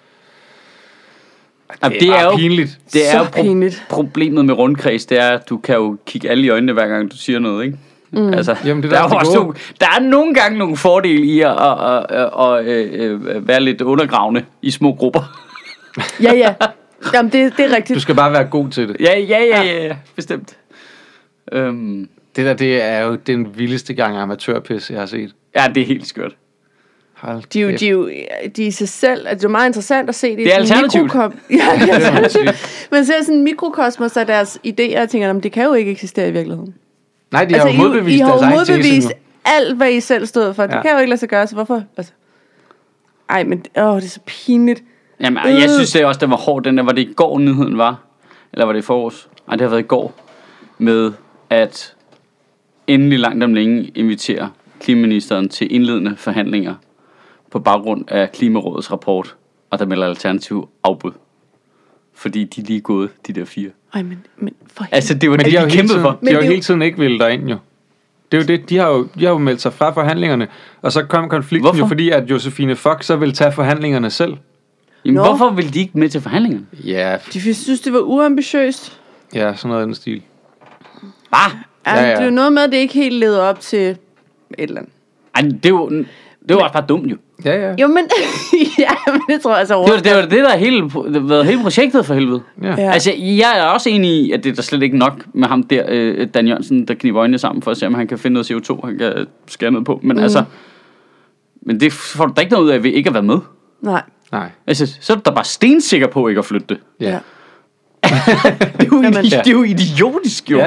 Det, det er, er jo pinligt. Det er så jo pro- pinligt. Problemet med rundkreds, det er, at du kan jo kigge alle i øjnene, hver gang du siger noget, ikke? Mm. Altså, Jamen, det der, der, er også nogle, der er nogle gange nogle fordele i at, at, at, at, at, at være lidt undergravende i små grupper. Ja, ja. Jamen, det, det er rigtigt. Du skal bare være god til det. Ja, ja, ja, ja, ja. Bestemt. Um, det der, det er jo den vildeste gang amatørpis, jeg har set. Ja, det er helt skørt. De er jo, de er jo de er i sig selv, altså det er meget interessant at se det. Det er alternativt. Mikrokom- ja, det er alternativt. Man ser sådan en mikrokosmos af deres idéer, og tænker, det kan jo ikke eksistere i virkeligheden. Nej, de altså, har jo modbevist I, I deres har egen modbevist tese alt, hvad I selv stod for. Det ja. kan jo ikke lade sig gøre, så hvorfor? Altså. Ej, men åh, det er så pinligt. Jamen, jeg synes det også, det var hårdt. Den der, var det i går, nyheden var? Eller var det i forårs? Nej, det har været i går. Med at endelig langt om længe inviterer klimaministeren til indledende forhandlinger på baggrund af Klimarådets rapport, og der melder Alternativ afbud. Fordi de er lige gået, de der fire. Ej, men, men for Altså, det var Men det, de har de jo hele kæmpede tiden, for. de har jo det er hele jo- tiden ikke ville derind jo. Det er jo det, de har jo, de har jo meldt sig fra forhandlingerne, og så kom konflikten Hvorfor? jo, fordi at Josefine Fock så ville tage forhandlingerne selv. Jamen, Nå. hvorfor ville de ikke med til forhandlingerne? Ja, De synes, det var uambitiøst. ja, sådan noget af den stil. Bah! Ja, Ja, ja. ja. Det er jo noget med, at det ikke helt leder op til et eller andet. Ej, det er jo, det er jo også bare dumt jo. Ja, ja. Jo, men, ja, men det tror jeg altså Det var det, var det der er hele, det har været hele projektet for helvede. Ja. Ja. Altså, jeg er også enig i, at det er der slet ikke nok med ham der, øh, Dan Jørgensen, der kniber øjnene sammen for at se, om han kan finde noget C O to, han kan skære ned på. Men mm. altså, men det får du da ikke noget ud af, ved ikke at være med. Nej. Nej. Altså, så er du da bare stensikker på ikke at flytte det. Ja. Ja. Det er jo, Jamen, idi- ja. det er jo idiotisk jo. Ja,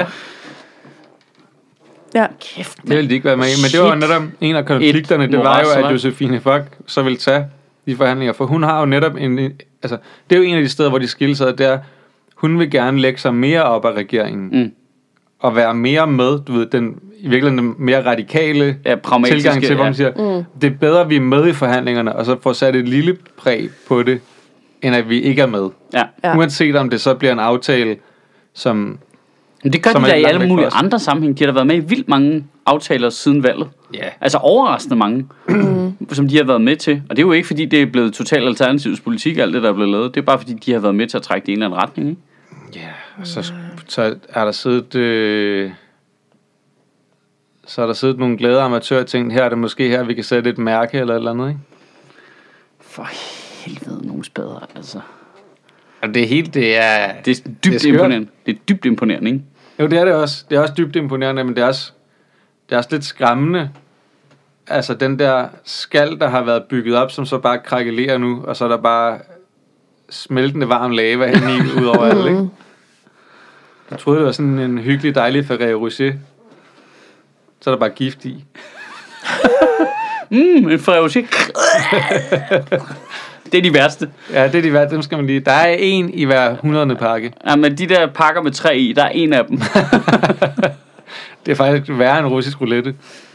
Ja. Kæft, det ville de ikke være med i. Men det var jo Shit. netop en af konflikterne, Et det var jo, moras, at hva'? Josefine Fock så ville tage de forhandlinger, for hun har jo netop en, en- altså, det er jo en af de steder, hvor de skiller sig, det er, hun vil gerne lægge sig mere op af regeringen, Mm. og være mere med, du ved, den, i virkeligheden den mere radikale Ja, pragmatiske, tilgang til, hvor man ja. siger, mm. det er bedre, vi er med i forhandlingerne, og så får sat et lille præg på det, end at vi ikke er med. Ja. Ja. Uanset om det så bliver en aftale, som... Men det gør Som de er da i langt alle væk mulige fra os. andre sammenhæng. De har da været med i vildt mange aftaler siden valget. Ja. Altså overraskende mange, som de har været med til. Og det er jo ikke, fordi det er blevet totalt alternativs politik, alt det, der er blevet lavet. Det er bare, fordi de har været med til at trække det i en eller anden retning. Ikke? Ja, og så, så er der siddet... Øh, så er der siddet nogle glade amatører og tænkt, her er det måske her, vi kan sætte et mærke eller et eller andet, ikke? For helvede, nogle spader, altså. Og det er helt, det er... Det er dybt Det er skørt. imponerende. Det er dybt imponerende, ikke? Jo, det er det også. Det er også dybt imponerende, men det er også, det er også lidt skræmmende. Altså den der skal, der har været bygget op, som så bare krakelerer nu, og så er der bare smeltende varm lava hen i, ud over alt, ikke? Jeg troede, det var sådan en hyggelig, dejlig Ferrero Rocher. Så er der bare gift i. Mm, en frøvsik. Det er de værste. Ja, det er de værd, dem skal man lige... Der er en i hver hundredende pakke. Ja, men de der pakker med tre i, der er en af dem. Det er faktisk værre end russisk roulette.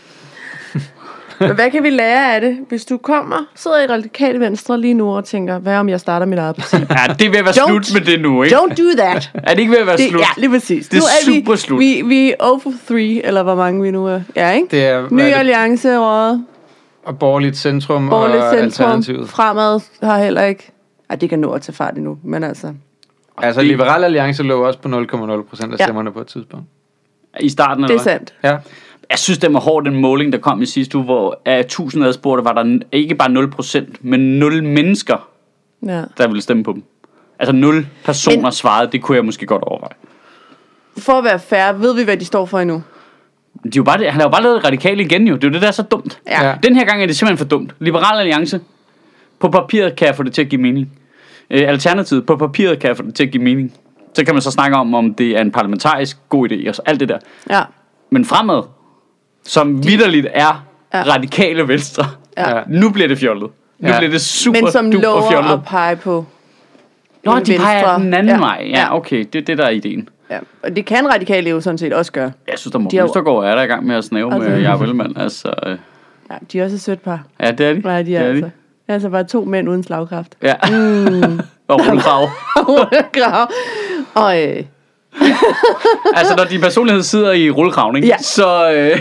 Men hvad kan vi lære af det, hvis du kommer, sidder i Radikale Venstre lige nu og tænker, hvad om jeg starter mit eget parti? Ja, det er ved at være Don't- slut med det nu, ikke? Don't do that. Er det ikke ved at være Det, slut? ja, lige præcis. Det er nu er super vi, slut. Vi, vi er zero for tre, eller hvor mange vi nu er. Ja, ikke? Det er, Ny hvad er det? alliance rådet. Og borgerligt centrum Borgerligt og centrum. alternativet. Fremad har heller ikke... Ej, det kan nå at tage fart endnu, men altså... Altså, det- Liberal Alliance lå også på nul komma nul procent af Ja. stemmerne på et tidspunkt. I starten, Det eller er hvad? sandt. Ja. Jeg synes, det var hård, den måling, der kom i sidste uge, hvor af tusind adspurgte var der n- ikke bare nul procent, men nul mennesker, Ja. der ville stemme på dem. Altså nul personer Men- svarede, det kunne jeg måske godt overveje. For at være fair, ved vi, hvad de står for endnu? De er jo bare, det- han har jo bare lavet radikale igen jo. Det er jo det, der er så dumt. Ja. Ja. Den her gang er det simpelthen for dumt. Liberal Alliance, på papiret kan jeg få det til at give mening. Øh, Alternativet, på papiret kan jeg få det til at give mening. Så kan man så snakke om, om det er en parlamentarisk god idé, og så alt det der. Ja. Men fremad, som vitterligt er Ja. radikale venstre, Ja. Ja. nu bliver det fjollet. Nu Ja. bliver det super Men som duper lover fjollet. at pege på Nå, en de peger venstre. den anden Ja. vej. Ja, okay, det er det, der er ideen. Ja. Og det kan radikale jo sådan set også gøre. Jeg synes, der må De har jo- Østergaard er der i gang med at snæve Altså- med Jacob Ellemann. Altså, øh, Ja, de er også et sødt par. ja, det er de. Nej, de er, det altså. Altså bare to mænd uden slagkraft. Ja. Mm. Og rullekrav. Grav. Og øh, Altså, når din personlighed sidder i rullekraven, ikke? Ja. Så, øh,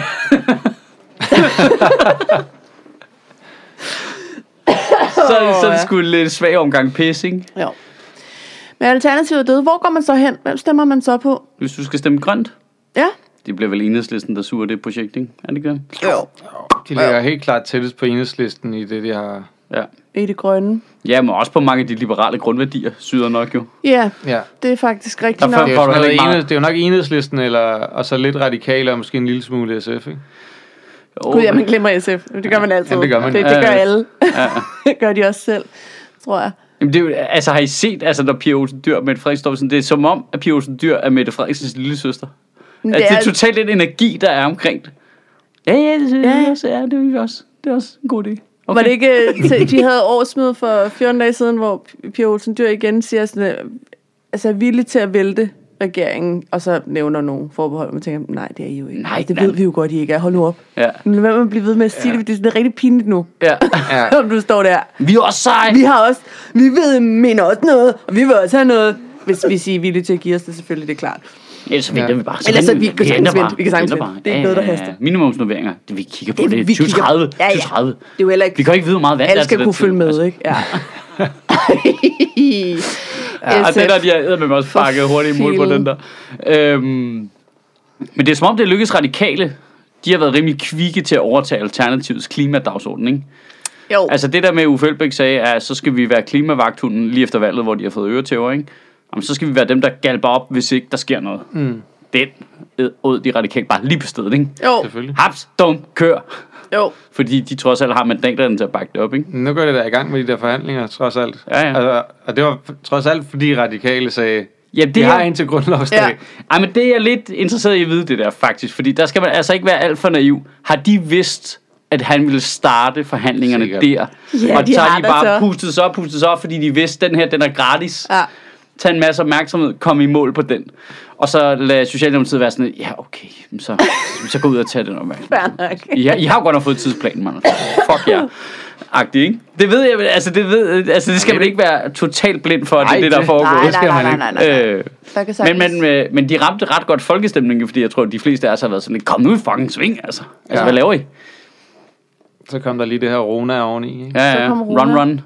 så, er det- så er det sgu en lidt svag omgang pis, ikke? jo. Men alternativet er døde. Hvor går man så hen? Hvem stemmer man så på? Hvis du skal stemme grønt, Ja. det bliver vel Enhedslisten, der suger det projekt, ikke? Er det ikke det? Jo. De ligger helt klart tættest på Enhedslisten i det, de har... Ja. I det grønne. Ja, men også på mange af de liberale grundværdier, syder nok jo. Ja, Ja. det er faktisk rigtigt Derfor- nok. Det er, Får jo du sådan heller noget ikke enhed, det er jo nok Enhedslisten, eller, og så lidt radikale, og måske en lille smule S F, ikke? Jo, Gud, ja, man glemmer S F. Det gør man altid. Ja, det gør man. Det, det Ja, gør ja. alle. Ja. Det gør de også selv, tror jeg. Jamen det er jo, altså har I set, altså når Pia Olsen Dyhr og Mette Frederiksen står sådan, det er som om, at Pia Olsen Dyhr er Mette Frederiksens lille søster. Men At det er totalt den energi, der er omkring det. Ja, ja, det synes Ja, jeg ja. også. Ja, det er vi også. Det er også en god idé. Okay. Var det ikke, de havde årsmøde for fjorten dage siden, hvor Pia Olsen Dyhr igen siger sådan, altså er villig til at vælte regeringen, og så nævner nogle forbehold, og man tænker, nej, det er I jo ikke. Nej, altså, det nej. ved vi jo godt, I ikke er. Hold nu op. Ja. Men hvad man bliver ved med at sige ja. det, det er sådan rigtig pinligt nu. Ja. Ja. Om du står der. Vi er også seje. Vi har også, vi ved, mener også noget, og vi vil også have noget, hvis vi siger villige til at give os det, selvfølgelig, det er klart. Ellers så venter Ja. vi bare. Ellers så vi kan sagtens bare. vente. Vi kan sagtens venter vente. bare. Det er ikke noget, der haster. Minimumsnoveringer. Det vi kigger på det, Det- vi tyve tredive. kigger- Ja, ja. tyve tredive. Det er jo heller ikke... Vi kan ikke vide, hvor meget vand Alle der er skal til kunne den følge tid, med, altså. ikke? Ja. Ja, og den der, de har med også sparket hurtigt imod på filen. den der. Øhm, men det er som om, det lykkes radikale. De har været rimelig kvikke til at overtage Alternativets klimadagsorden, ikke? Jo. Altså det der med, Uffe Elbæk sagde, at så skal vi være klimavagthunden lige efter valget, hvor de har fået øretæver, ikke? Jamen, så skal vi være dem, der galper op, hvis ikke der sker noget. Mm. Den ud de radikale bare lige på stedet, ikke? Jo. Selvfølgelig. Haps, dum, kør. Jo. Fordi de trods alt har mandaterne til at bakke det op, ikke? Nu går det der i gang med de der forhandlinger, trods alt. Ja, ja. Altså, og det var trods alt, fordi radikale sagde, Ja, det vi har er... en til grundlovsdag. Ja. Ej, men det er jeg lidt interesseret i at vide, det der faktisk. Fordi der skal man altså ikke være alt for naiv. Har de vidst, at han ville starte forhandlingerne Sikkert. der? Ja, og de så har har de da bare så. pustet sig op, pustet sig op, fordi de vidste, at den her, den er gratis. Ja. Tag en masse opmærksomhed, kom i mål på den. Og så lad Socialdemokratiet være sådan, ja, okay, så, så gå ud og tage den opmærksomhed. Fair nok. I har, I har jo godt nok fået tidsplanen, mand. Fuck jer. Yeah. Agtig, ikke? Det ved jeg, men altså det, ved, altså det skal man ikke være totalt blind for, at det er Nej, det, der det- foregår. Nej, det skal nej, man nej, ikke. nej, nej, nej. Øh, Der kan men, sagtens- men, øh, men de ramte ret godt folkestemningen, fordi jeg tror, at de fleste af os har været sådan lidt, kom nu i fucking sving, altså. Altså, Ja. hvad laver I? Så kom der lige det her Rona oveni, ikke? Ja, Så ja, kom run, Rona. run.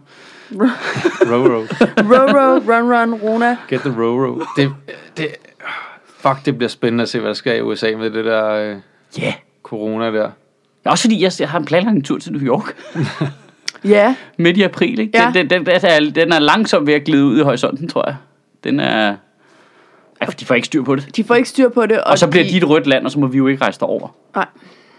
Row, row. Row, row, run, run, Rona. Get the row, row. Det, det, fuck, det bliver spændende at se, hvad der sker i U S A med det der øh, Ja. Yeah. corona der. Også fordi, jeg, jeg har en planlagt en tur til New York. Ja. Midt i april, ikke? Ja. Den, den, den, den, er, den er langsomt ved at glide ud i horisonten, tror jeg. Den er... Ja, for de får ikke styr på det. De får ikke styr på det. Og, Og så bliver de... de et rødt land, og så må vi jo ikke rejse derover. Nej.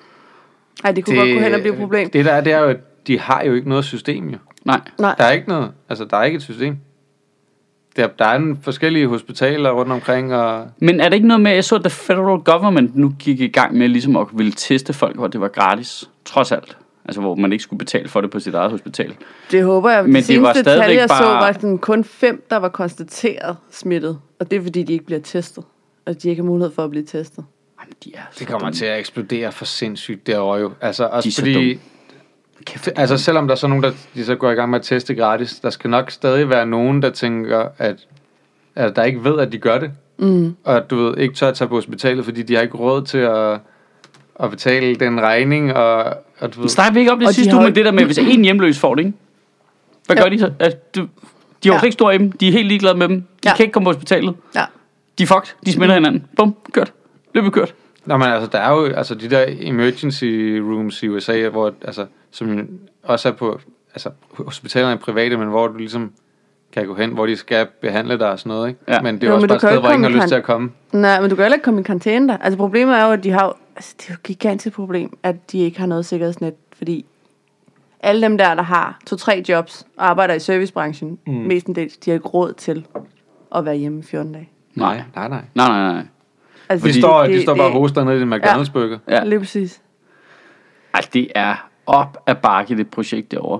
Ej, det kunne det, godt gå hen og blive et problem. Det der er, det er jo, at de har jo ikke noget system, jo. Nej. Nej. Der er ikke noget. Altså, der er ikke et system. Der, der er en forskellige hospitaler rundt omkring, og... Men er det ikke noget med, at jeg så, at the federal government nu gik i gang med ligesom at ville teste folk, hvor det var gratis? Trods alt. Altså, hvor man ikke skulle betale for det på sit eget hospital. Det håber jeg. Men Det det var seneste stadigvæk tal, jeg så, bare- var sådan kun fem, der var konstateret smittet. Og det er, fordi de ikke bliver testet. Og de ikke har mulighed for at blive testet. Jamen, de er så Det kommer dumme. til at eksplodere for sindssygt derovre jo. Altså, De er også så fordi... dumme. Kæft, Altså, selvom der er så nogen, der de så går i gang med at teste gratis, der skal nok stadig være nogen, der tænker, at, at der ikke ved, at de gør det. Mm. Og at du ved, ikke tør at tage på hospitalet, fordi de har ikke råd til at, at betale den regning. Og, og du ved, Snakker vi ikke om det Og de sidste har uge jo- med det der med, hvis en hjemløs får det, ikke? Hvad Ja. gør de så? Altså, du, de har jo Ja. ikke stor i dem. De er helt ligeglade med dem. De Ja. kan ikke komme på hospitalet. Ja. De er fucked. De smitter hinanden. Bum, kørt. Løbet kørt. Nå, men altså, der er jo altså, de der emergency rooms i U S A, hvor, altså, som også er på, altså, hospitalerne er private, men hvor du ligesom kan gå hen, hvor de skal behandle dig og sådan noget, ikke? Ja. Men det er Jo, jo også men bare du et kan sted, jo hvor ikke ingen har komme lyst i til at komme. Nej, men du kan heller ikke komme i karantæne der. Altså problemet er jo, at de har jo, altså det er jo et gigantisk problem, at de ikke har noget sikkerhedsnet, fordi alle dem der, der har to-tre jobs og arbejder i servicebranchen, mm. mestendels, de har ikke råd til at være hjemme i fjorten dage. Nej, nej, nej. Nej, nej, nej. Altså, De står, de står bare og hoster nede i en McDonald's-burger. Ja. Lige præcis. Ej, det er op ad bakke, det projekt derovre.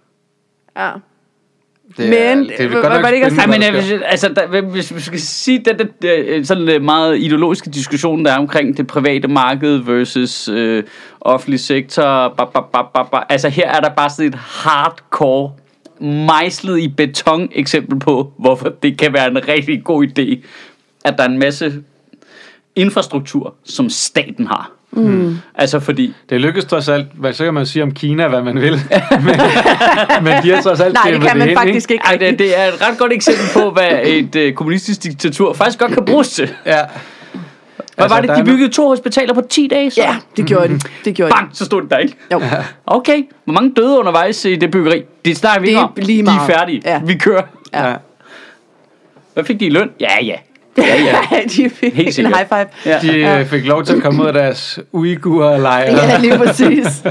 Ja. Det er, Men, det er var- godt var nok det ikke også- spændende, Nej, men hvad der jeg, sker. vil- altså, der, hvis vi skal sige den der, der sådan øh, meget ideologiske diskussion, der er omkring det private marked versus øh, offentlig sektor, ba, ba, ba, ba, ba. Altså her er der bare sådan et hardcore, mejslet i beton eksempel på, hvorfor det kan være en rigtig god idé, at der er en masse infrastruktur, som staten har. Mm. Altså fordi Det lykkes trods alt, hvad så kan man sige om Kina, hvad man vil. men, men de har trods alt Nej, det kæmpet kan man hen, faktisk ikke. ej, det, det er et ret godt eksempel på, hvad et øh, kommunistisk diktatur faktisk godt kan bruges til. Ja. Hvad Altså, var det, der de er byggede to hospitaler på ti dage? Så? Ja, det gjorde de. Det gjorde Bang, så stod det der, ikke? de. Jo. Okay, hvor mange døde undervejs i det byggeri? Det snakker vi Det ikke er om. lige De er meget. færdige. Ja. Vi kører. Ja. Hvad fik de i løn? Ja, ja. Ja, ja. de fik Helt en sikkert. high five. Ja. De Ja. ja. fik lov til at komme ud af deres uigur-lejre. Ja, lige præcis.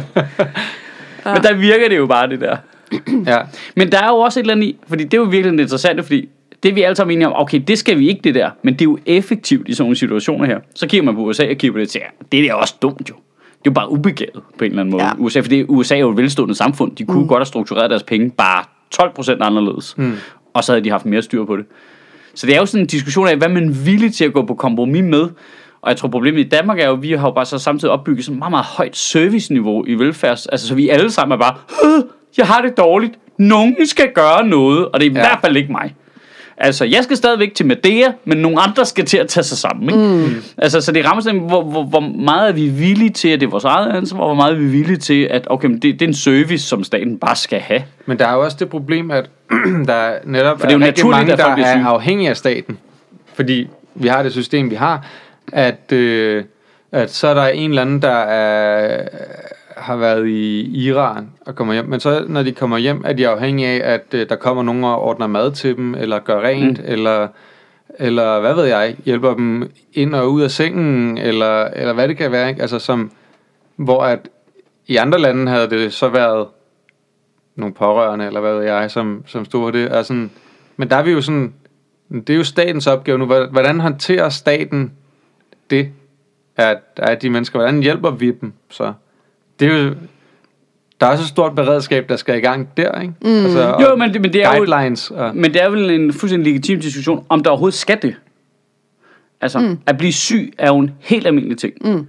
Men der virker det jo bare, det der. Ja. Men der er jo også et eller andet i, fordi det er jo virkelig interessant, fordi det er vi alle sammen enige om, okay, det skal vi ikke det der, men det er jo effektivt i sådan nogle situationer her. Så kigger man på U S A og kigger på det og siger, det er også dumt jo. jo bare ubegavet på en eller anden måde. Ja. U S A, fordi U S A er jo et velstående samfund. De kunne mm. godt have struktureret deres penge bare tolv procent anderledes. Mm. Og så havde de haft mere styr på det. Så det er jo sådan en diskussion af, hvad man er villig til at gå på kompromis med. Og jeg tror, problemet i Danmark er jo, at vi har jo bare så samtidig opbygget sådan et meget, meget højt serviceniveau i velfærds. Altså, så vi alle sammen er bare, jeg har det dårligt. Nogen skal gøre noget, og det er i ja. hvert fald ikke mig. Altså, jeg skal stadigvæk til Madeira, men nogle andre skal til at tage sig sammen, ikke? Mm. Altså, så det rammer sådan, hvor, hvor, hvor meget er vi villige til, at det er vores eget ansvar, og hvor meget er vi villige til, at okay, det, det er en service, som staten bare skal have. Men der er jo også det problem, at der er netop For det er jo er rigtig mange, at der folk er er afhængige af staten. Fordi vi har det system, vi har, at, øh, at så er der en eller anden, der er, har været i Iran og kommer hjem. Men så når de kommer hjem, er de afhængige af, at øh, der kommer nogen og ordner mad til dem, eller gør rent, mm. eller, eller hvad ved jeg, hjælper dem ind og ud af sengen, eller, eller hvad det kan være. Ikke? Altså som, hvor at i andre lande havde det så været nogle pårørende, eller hvad ved jeg, som, som stod for det. Altså, men der er vi jo sådan, det er jo statens opgave nu. Hvordan håndterer staten det, at der er de mennesker? Hvordan hjælper vi dem så? Det er jo, der er så stort beredskab, der skal i gang der, ikke? Mm. Altså, jo, men det, men det er guidelines. Jo, og, men det er vel en fuldstændig legitim diskussion, om der overhovedet skal det. Altså, mm. at blive syg er jo en helt almindelig ting. Mm.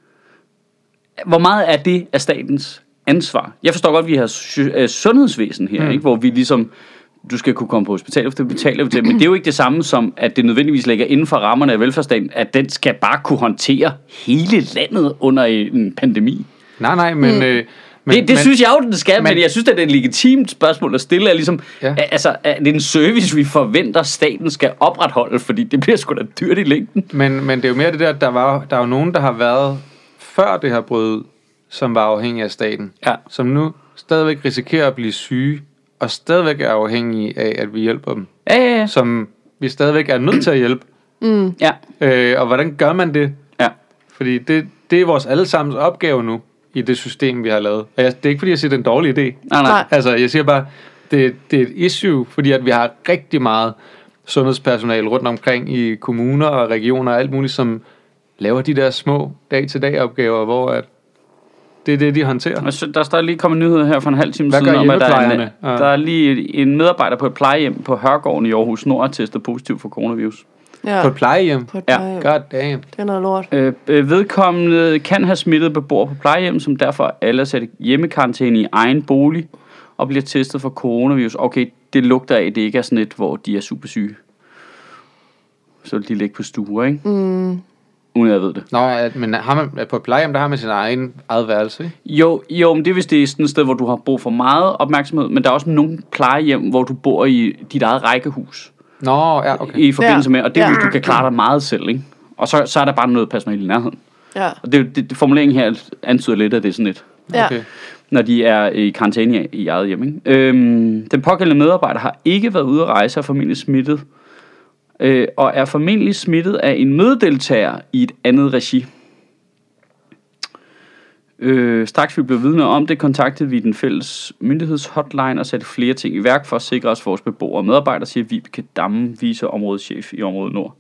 Hvor meget er det af statens ansvar? Jeg forstår godt, at vi har sundhedsvæsen her, mm. ikke? Hvor vi ligesom, du skal kunne komme på hospitalet, for det betaler vi til, men det er jo ikke det samme som, at det nødvendigvis ligger inden for rammerne af velfærdsstaten, at den skal bare kunne håndtere hele landet under en pandemi. Nej, nej, men... Mm. Øh, men det det men, synes jeg jo, den skal, men, men jeg synes, at det er et legitimt spørgsmål at stille, er ligesom, ja. altså, er det en service, vi forventer, staten skal opretholde, fordi det bliver sgu da dyrt i længden. Men, men det er jo mere det der, der, var, der er jo nogen, der har været før det her brød, som var afhængige af staten, ja. som nu stadigvæk risikerer at blive syge, og stadigvæk er afhængige af, at vi hjælper dem. Ja, ja, ja. Som vi stadigvæk er nødt til at hjælpe. Mm. Ja. Øh, og hvordan gør man det? Ja. Fordi det, det er vores allesammens opgave nu, i det system, vi har lavet. Og jeg, det er ikke, fordi jeg siger, det er en dårlig idé. Nej, nej. Altså, jeg siger bare, det, det er et issue, fordi at vi har rigtig meget sundhedspersonale rundt omkring i kommuner og regioner og alt muligt, som laver de der små dag-til-dag opgaver, hvor at det er det, de håndterer. Altså, der står lige kommet en nyhed her for en halv time Hvad siden om, at der er, en, ja. der er lige en medarbejder på et plejehjem på Hørgården i Aarhus Nord, er testet positiv for coronavirus. Ja. På et plejehjem? På et Ja. plejehjem. God damn. Det er noget lort. Øh, vedkommende kan have smittet beboere på plejehjem, som derfor alle er sat i hjemmekarantæne i egen bolig og bliver testet for coronavirus. Okay, det lugter af, det ikke er sådan et, hvor de er super syge. Så vil de ligge på stuer, ikke? Mm. Uden jeg ved det. Nå, at, men har man, på et plejehjem, der har man sin egen eget værelse, ikke? Jo, jo, men det er hvis det er sådan et sted, hvor du har brug for meget opmærksomhed, men der er også nogle plejehjem, hvor du bor i dit eget rækkehus. Nå, ja, okay. I forbindelse Ja. med, og det er, Ja. hvis du kan klare dig meget selv, ikke? Og så, så er der bare noget personale i nærheden. Ja. Og det, det, det formuleringen her antyder lidt, at det er sådan et, Ja. Okay. når de er i karantæne i eget hjem, ikke? Øhm, den pågældende medarbejder har ikke været ude at rejse og formentlig smittet, øh, og er formentlig smittet af en mødedeltager i et andet regi. Øh, straks vi blev vidne om det, kontaktede vi den fælles myndighedshotline og satte flere ting i værk for at sikre os vores beboere og medarbejdere, siger Vibeke Damme, viceområdeschef i Område Nord.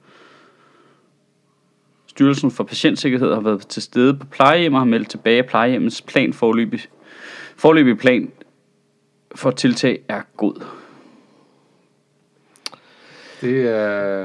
Styrelsen for Patientsikkerhed har været til stede på plejehjem og har meldt tilbage, at plejehjemmets plan forløbig, forløbig plan for tiltag er god. Det er...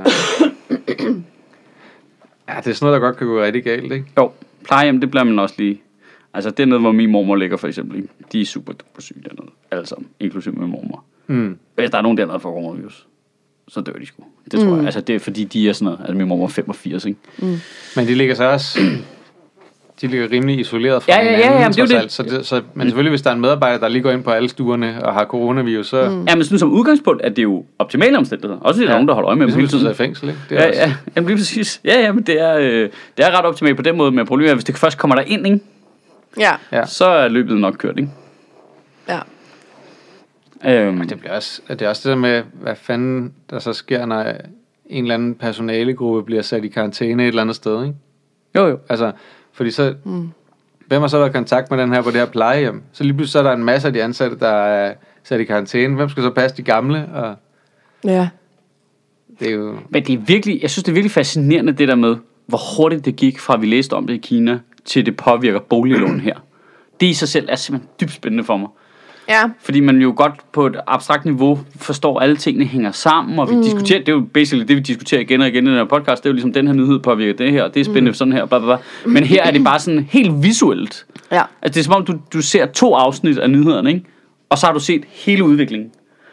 ja, det er sådan noget, der godt kan gå rigtig galt, ikke? Jo, plejehjem, det bliver man også lige... Altså dernede, hvor min mormor ligger for eksempel, ikke? De er super duper syge dernede. Alle sammen, inklusive min mormor. Mm. Hvis der er nogen dernede for coronavirus, så dør de sgu. Det tror mm. jeg. Altså det er fordi, de er sådan noget... Altså min mormor er femogfirs, ikke? Mm. Men de ligger så også... De ligger rimelig isoleret fra Ja, ja, ja, hinanden, ja, men det er jo alt. Så det, så, men selvfølgelig, hvis der er en medarbejder, der lige går ind på alle stuerne og har coronavirus, så... Mm. Ja, men sådan som udgangspunkt, at det er jo optimale omstændigheder. Også fordi ja. der er nogen, der holder øje med dem hele tiden. Det er fængsel, ikke? Det er Ja, også... ja, jamen lige præcis. Ja, ja, men det er, øh, det er ret optimalt på den måde, men problemet er, hvis det først kommer der ind, ikke? Ja. Ja. Så er løbet nok kørt, ikke? Ja. Øhm, Men det bliver også, det er også det der med, hvad fanden der så sker, når en eller anden personalegruppe bliver sat i karantæne et eller andet sted, ikke? jo, jo. Altså, fordi så... Mm. Hvem har så været i kontakt med den her på det her plejehjem? Så lige pludselig så er der en masse af de ansatte, der er sat i karantæne. Hvem skal så passe de gamle? Og Ja. det er jo... Men det er virkelig, jeg synes, det er virkelig fascinerende, det der med, hvor hurtigt det gik fra, vi læste om det i Kina, til det påvirker boliglån her. Det i sig selv er simpelthen dybt spændende for mig. Ja. Fordi man jo godt på et abstrakt niveau forstår, at alle tingene hænger sammen, og vi mm. diskuterer, det er jo basically det, vi diskuterer igen og igen i den her podcast, det er jo ligesom, den her nyhed påvirker det her, og det er spændende mm. sådan her, bla bla bla. Men her er det bare sådan helt visuelt. Ja. Altså det er som om, du, du ser to afsnit af nyhederne, ikke? Og så har du set hele udviklingen.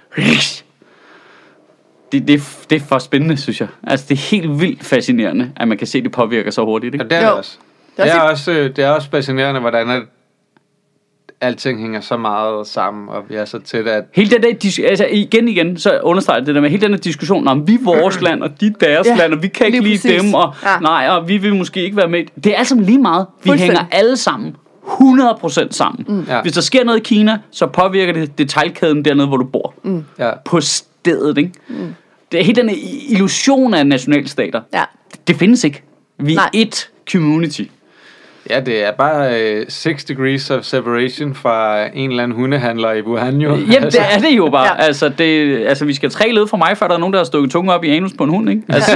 Det, det, det er for spændende, synes jeg. Altså det er helt vildt fascinerende, at man kan se, at det påvirker så hurtigt, ikke? Ja, det er det også. Det er Det er også, også, det er også fascinerende, hvordan at alting hænger så meget sammen, og vi er så tæt, at... Hele den der, dis- altså igen igen, så understreger det der med hele den der diskussion om, vi er vores land, og de er deres Ja, land, og vi kan ikke lige lide præcis. dem, og Ja. nej, og vi vil måske ikke være med. Det er altså lige meget. Vi Fuldstændig. hænger alle sammen hundrede procent sammen. Mm. Ja. Hvis der sker noget i Kina, så påvirker det detailkæden dernede, hvor du bor. Mm. Ja. På stedet, ikke? Mm. Det er hele den illusion af nationalstater. ja. Det, det findes ikke. Vi er Nej. et community. Ja, det er bare øh, six degrees of separation fra en eller anden hundehandler i Wuhan, jo. Jamen, det er det jo bare. Ja. Altså, det, altså, vi skal tre led fra mig, før der er nogen, der har stukket tunge op i anus på en hund, ikke? Altså,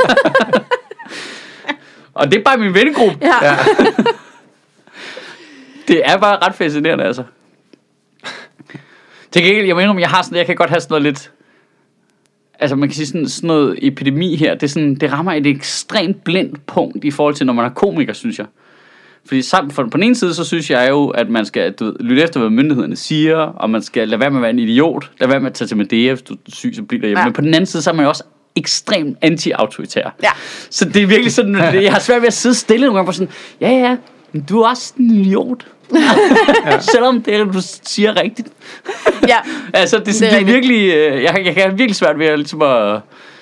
og det er bare min vennegruppe. Ja. Ja. Det er bare ret fascinerende, altså. Til gengæld, jeg mener, jeg har sådan, jeg kan godt have sådan noget lidt, altså man kan sige sådan, sådan noget epidemi her, det, er sådan, det rammer et ekstremt blindt punkt i forhold til, når man er komiker, synes jeg. Fordi sammen, for, på den ene side, så synes jeg jo, at man skal du ved, lytte efter, hvad myndighederne siger, og man skal lade være med at være en idiot, lade være med at tage til Medea, hvis du er syg, så bliver derhjemme. Ja. Men på den anden side, så er man jo også ekstremt anti-autoritær. Ja. Så det er virkelig sådan, det, jeg har svært ved at sidde stille nogle gange på sådan, ja ja, men du er også en idiot. Ja. Selvom det, du siger rigtigt. Ja. Altså, det, det, Det er det er rigtigt. virkelig, øh, jeg, jeg kan have virkelig svært ved at ligesom at,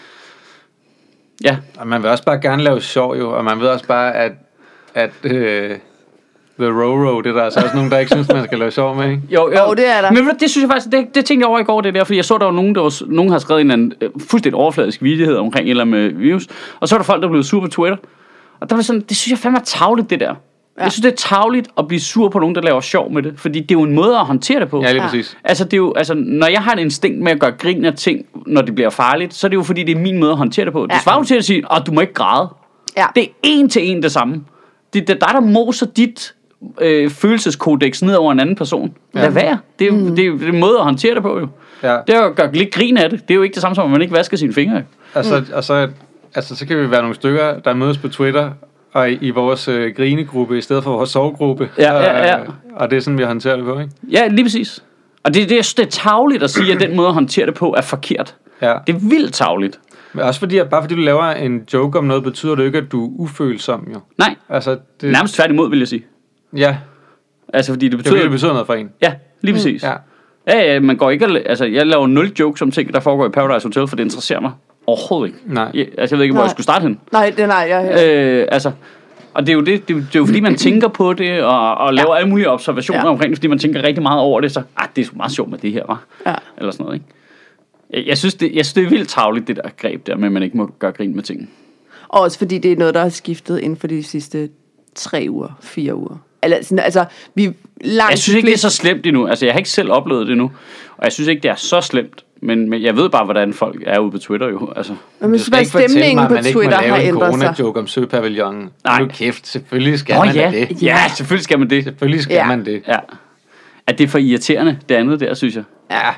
ja. Og man vil også bare gerne lave sjov, jo, og man ved også bare, at, at øh, The Ro-Ro, det er der altså også nogen, der ikke synes, man skal lave sjov med, ikke? Jo, jo. Jo, det er der. Men ved du, det synes jeg faktisk, det, det tænkte jeg over i går, det der, fordi jeg så, der var nogen, der var, nogen har skrevet en eller anden øh, fuldstændig overfladisk vidighed omkring et eller andet med virus, og så var der folk, der blev sur på Twitter, og der var sådan, det synes jeg fandme er tarveligt, det der. Ja. Jeg synes, det er tarveligt at blive sur på nogen, der laver sjov med det, fordi det er jo en måde at håndtere det på. Ja, lige Ja. præcis. Altså, det er jo, altså, når jeg har et instinkt med at gøre grin af ting, når det bliver farligt, så er det jo fordi, det er min måde at håndtere det på. Ja. Det svarer jo til at sige, at du må ikke græde. Ja. Det er en til en det samme. Det, det er dig, der moser dit øh, følelseskodex ned over en anden person. Ja. Lad være. Det er jo mm. det er, jo- det er en måde at håndtere det på, jo. Ja. Det er jo at gøre lidt grin af det. Det er jo ikke det samme som, at man ikke vasker sine fingre. Og så, og så, altså, så kan vi være nogle stykker, der mødes på Twitter, og i, i vores øh, grinegruppe, i stedet for vores sovegruppe. Ja, ja, ja. Og, og det er sådan, vi håndterer det på, ikke? Ja, lige præcis. Og det, det, jeg synes, det er tarveligt at sige, at den måde at håndtere det på er forkert. Ja. Det er vildt tarveligt. Men også fordi, at bare fordi du laver en joke om noget, betyder det ikke, at du er ufølsom, jo. Nej, Altså, det, nærmest tværtimod, vil jeg sige. Ja, Altså, fordi det det, betyder... betyder, det betyder noget for en. Ja, lige præcis. Ja. Ja, ja, man går ikke... at- Altså, jeg laver nul jokes om ting, der foregår i Paradise Hotel, for det interesserer mig overhovedet ikke. Nej. Jeg, altså, jeg ved ikke, hvor Nej. jeg skulle starte hen. Nej, det er nej, jeg Øh, altså... Og det er jo det, det, er jo- det er jo fordi, man tænker på det, og, og laver Ja. alle mulige observationer Ja. omkring det, fordi man tænker rigtig meget over det, så ah, det er sgu meget sjovt med det her, var. Ja. Eller sådan noget, ikke? Jeg, jeg, synes, det, jeg synes, det er vildt tarveligt, det der greb der med, at man ikke må gøre grin med ting. Og også fordi det er noget, der har skiftet inden for de sidste tre uger, fire uger. Eller, sådan, altså, vi langt Jeg synes ikke, det er så slemt endnu. Altså, jeg har ikke selv oplevet det endnu. Og jeg synes ikke, det er så slemt. Men, men jeg ved bare, hvordan folk er ude på Twitter jo. Altså, Men Du så skal bare ikke fortælle stemningen mig, på at man ikke må Twitter har lave en ændret sig. corona-joke om søpavillonen. Nej. Nu kæft, selvfølgelig skal Nå man ja. da det. Ja, selvfølgelig skal man det. Selvfølgelig skal Ja. man det. Ja. At det er for irriterende, det andet der, synes jeg. Ja. Der Ja, er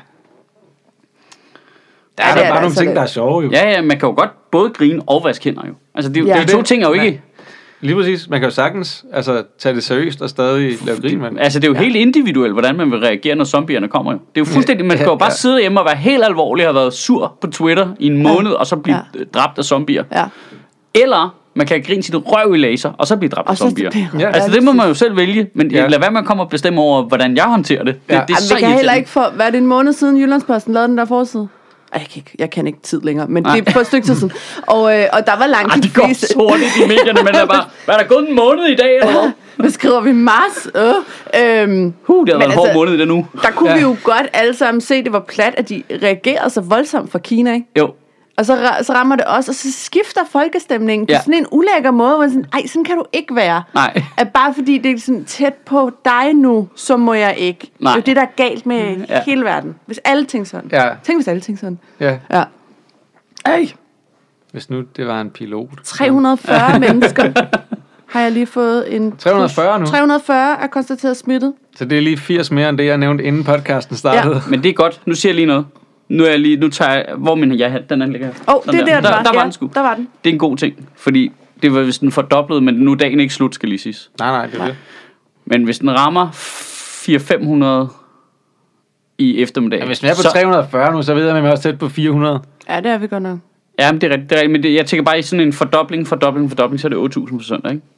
det der er bare det nogle altså ting, lidt. der er sjove, jo. Ja, ja, man kan jo godt både grine og vaske hænder jo. Altså, det, er jo- Ja. det er jo to Det- ting, er jo ikke... Nej. Lige præcis. Man kan jo sagtens altså, tage det seriøst og stadig lave grin med det. Altså, det er jo ja. helt individuelt, hvordan man vil reagere, når zombierne kommer jo. Det er jo fuldstændig... Man kan jo bare Ja. sidde hjemme og være helt alvorlig og have været sur på Twitter i en måned, og så blive Ja. ja. dræbt af zombier. Ja. Eller man kan grine sit røv i laser, og så blive dræbt af Og så zombier. Ja. Altså, det må man jo selv vælge, men Ja. ja. lad være med at komme og bestemme over, hvordan jeg håndterer det. Det, Ja. det er Jamen, så vi kan heller irriterende. ikke få... Hvad er det en måned siden Jyllandsposten lavede den der forside? Ej, jeg kan ikke, jeg kan ikke tid længere, men Nej. det er på et stykke tid siden. Og, øh, og der var langt Ej, de det går fleste... så hurtigt i medierne, men der er bare, hvad er der gået en måned i dag, eller hvad? Hvad skriver vi? Mars? Øh. Øhm, Uh, det har Men været en hård altså- måned i den uge. der kunne Ja. vi jo godt alle sammen se, det var plat, at de reagerede så voldsomt fra Kina, ikke? Jo. Og så, ra- så rammer det også, og så skifter folkestemningen på Ja. sådan en ulækker måde, hvor man sådan, ej, sådan kan du ikke være. Nej. At bare fordi det er sådan tæt på dig nu, så må jeg ikke. Nej. Det er jo det, der er galt med Ja. ja. hele verden. Hvis alle tænker sådan. Ja. Tænk, hvis alle tænker sådan. Ja. Ja. Ej, Hvis nu det var en pilot. tre hundrede og fyrre mennesker. har jeg lige fået en... tre hundrede og fyrre nu. tre hundrede og fyrre er konstateret smittet. Så det er lige firs mere end det, jeg nævnte, inden podcasten startede. Ja. Men det er godt. Nu siger jeg lige noget. Nu er jeg lige, nu tager jeg, hvor min ja, den anden ligger her. Åh, oh, det er der, der, der, var. Der var ja, den sgu. Der var den. Det er en god ting, fordi det var hvis den fordoblet, men nu er dagen ikke slut, skal lige siges. Nej, nej, det er det. Men hvis den rammer fire til fem hundrede i eftermiddag. Ja, hvis den er på så, tre hundrede og fyrre nu, så ved jeg, at man er også tæt på fire hundrede. Ja, det er vi godt nok. Ja, men det er rigtigt. Det er rigtigt, men det, jeg tænker bare i sådan en fordobling, fordobling, fordobling, så er det otte tusind på søndag, ikke?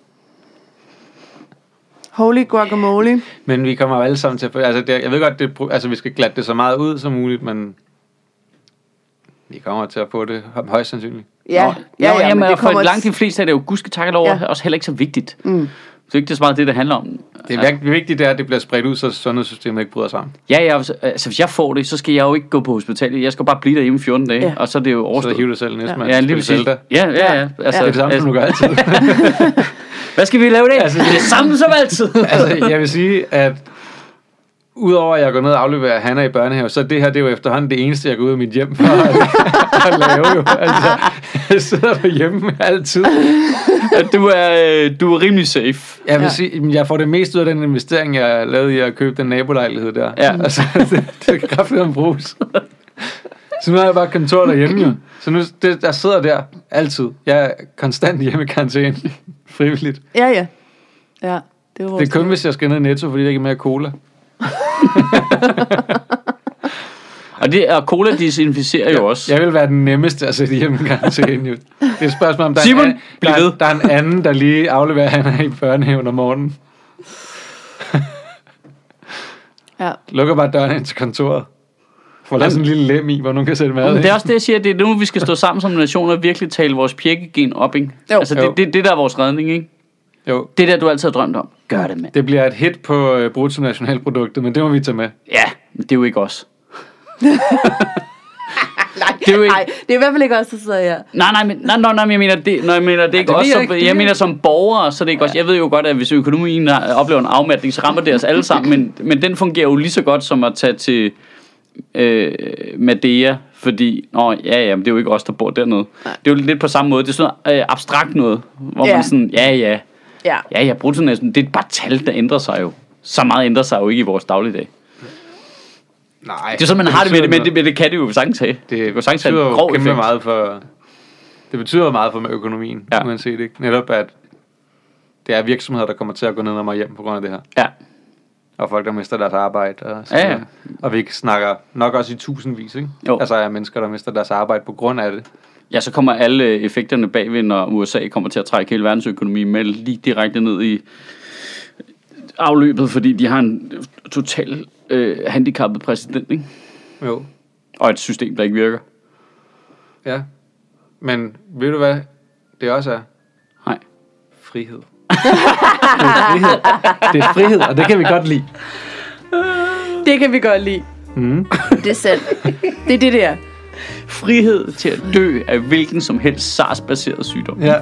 Holy guacamole. Men vi kommer jo alle sammen til at... Altså, det, jeg ved godt, det, altså, vi skal glatte det så meget ud som muligt, men... Vi kommer til at få det højst sandsynligt. Ja, Nå, ja, ja, Nå, ja jamen, det for kommer... langt de fleste er det jo gudske tak lov Ja. også heller ikke så vigtigt. Mm. Så ikke det er så meget det, det handler om. Det er virkelig vigtigt, det er, at det bliver spredt ud, så sundhedssystemet ikke bryder sammen. Ja, ja, altså hvis jeg får det, så skal jeg jo ikke gå på hospitalet. Jeg skal bare blive derhjemme i fjorten dage, Ja. og så er det jo Så overstået. hiver du selv næste Ja. mand. Ja, lige præcis. Ja, ja, ja. Altså, Det er det samme, som du gør altid. hvad skal vi lave det? Altså, det er det samme som altid. Altså, jeg vil sige, at udover at jeg går ned og afleverer Hanna i børnehave, så det her, det er jo efterhånden det eneste, jeg går ud af mit hjem for at, at lave jo. Altså, jeg sidder derhjemme altid. Du er, du er rimelig safe. Jeg vil Ja. sige, jeg får det mest ud af den investering, jeg lavede i at købe den nabolejlighed der. Ja. Altså, det, det er kraftigt om bruges. Så nu har jeg bare kontor derhjemme jo. Så nu, det, der sidder der altid. Jeg er konstant hjemme i karantæne. Frivilligt. Ja, ja. Ja, det er, Det er kun, hvis jeg skal ned i Netto, fordi der ikke er mere cola. Og, det, og cola desinficerer jo også. Jeg vil være den nemmeste at sætte hjemme i karantæne. Det er et spørgsmål om, der, Simon, er, en, bliv der, ved. er, der er en anden, der lige afleverer Hanna i børnehaven om morgenen. Ja. Lukker bare døren ind til kontoret. Får der sådan en lille lem i, hvor nogen kan sætte mad. Men det er ind. også det, jeg siger, det er nu, vi skal stå sammen som nation og virkelig tale vores pjekkegen op, ikke? Jo. Altså, Jo. det, det, det der er vores redning, ikke? Jo, Det der, du altid har drømt om. Gør det, mand. det bliver et hit på uh, bruttonationalproduktet, men det må vi tage med. Ja, men det er jo ikke os. Nej, Det er jo ikke- nej, det er i hvert fald ikke os, der sidder her. Nej, nej, men, nej, nej, nej, men jeg mener, det, når jeg mener, det er ikke det os, ved jeg som, ikke, det jeg, ved mener jeg som borgere, så det er ikke også, jeg ved jo godt, at hvis økonomien har, oplever en afmatning, så rammer det os alle sammen, men, men den fungerer jo lige så godt som at tage til øh, Madeira, fordi, åh, ja, ja, men det er jo ikke os, der bor dernede. Nej. Det er jo lidt på samme måde, det er sådan noget øh, abstrakt noget, hvor Ja. man sådan, ja, ja, Ja. ja, ja, bruttonationen, det er bare tal, der ændrer sig jo. Så meget ændrer sig jo ikke i vores dagligdag. Nej. Det er sådan, man har det med det, men det, men det kan det jo sagtens have. Det kan sagtens have betyder en jo grov kæmpe effekt. meget for... Det betyder meget for økonomien, Ja. ja. uanset ikke. Netop at det er virksomheder, der kommer til at gå ned og mig hjem på grund af det her. Ja, Og folk, der mister deres arbejde. Og, så Ja, ja. videre. Og vi snakker nok også i tusindvis, ikke? Jo. Altså er mennesker, der mister deres arbejde på grund af det. ja, så kommer alle effekterne bagved, når U S A kommer til at trække hele verdensøkonomien med lige direkte ned i afløbet, fordi de har en total øh, handicappet præsident, ikke? Jo. Og et system, der ikke virker. Ja. Men ved du hvad det også er? Nej. Frihed. Det er frihed. Det er frihed, og det kan vi godt lide. Det kan vi godt lide. Mm. Det er sandt. Det er det der. Frihed til at dø af hvilken som helst SARS-baseret sygdom. Ja.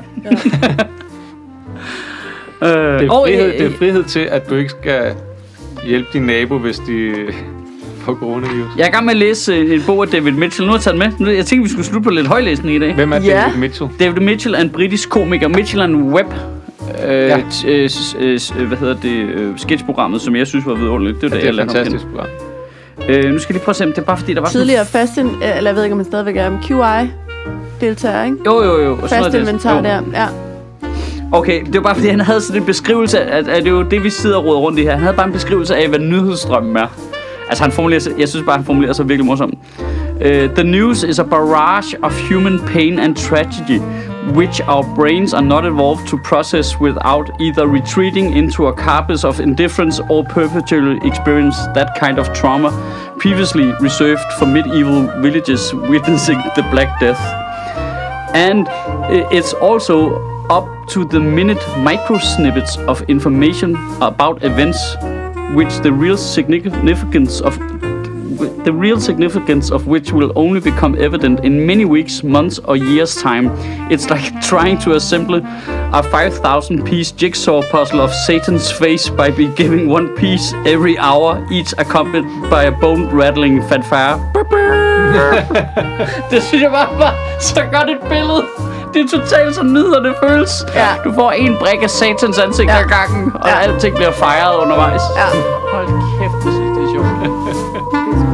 Øh, Det er, og, frihed, øh, det er frihed til, at du ikke skal hjælpe din nabo, hvis de får coronavirus. Jeg er i gang med at læse øh, en bog af David Mitchell. Nu har jeg taget den med. Nu- Jeg tænkte, vi skulle slutte på lidt højlæsning i dag. Hvem er Ja. David Mitchell? David Mitchell er en britisk komiker. Mitchell er en web... Øh, Ja. t- øh, s- øh, s- hvad hedder det? Øh, sketchprogrammet, som jeg synes var vidunderligt. Det var Ja, det, det er jeg et lærte ham fantastisk program. kende. Øh, nu skal jeg lige prøve at se, om det er bare fordi, der var sådan- Tidligere fast, in, eller jeg ved ikke, om man stadigvæk er, men Q I-deltager, ikke? Jo, jo, jo. og sådan Fast noget inventar Jo. der, ja. Okay, det var bare fordi, han havde sådan en beskrivelse af, at det er jo det, vi sidder og råder rundt i her. Han havde bare en beskrivelse af, hvad nyhedsstrømmen er. Altså, han formulerer sig, jeg synes bare, han formulerer sig virkelig morsomt. Uh, the news is a barrage of human pain and tragedy, which our brains are not evolved to process without either retreating into a carpet of indifference or perpetually experience that kind of trauma previously reserved for medieval villages witnessing the Black Death. And uh, it's also up to the minute micro snippets of information about events which the real significance of the real significance of which will only become evident in many weeks, months or years time. It's like trying to assemble a five thousand piece jigsaw puzzle of Satan's face by be giving one piece every hour, each accompanied by a bone rattling fanfare. Det synes jeg bare var så godt et billede Det er totalt sådan nyder det føles. Ja. Du får en brik af satans ansigt Ja. ad gangen, og Ja. alting bliver fejret undervejs. Ja. Hold kæft, det synes det er sjovt. Det er sgu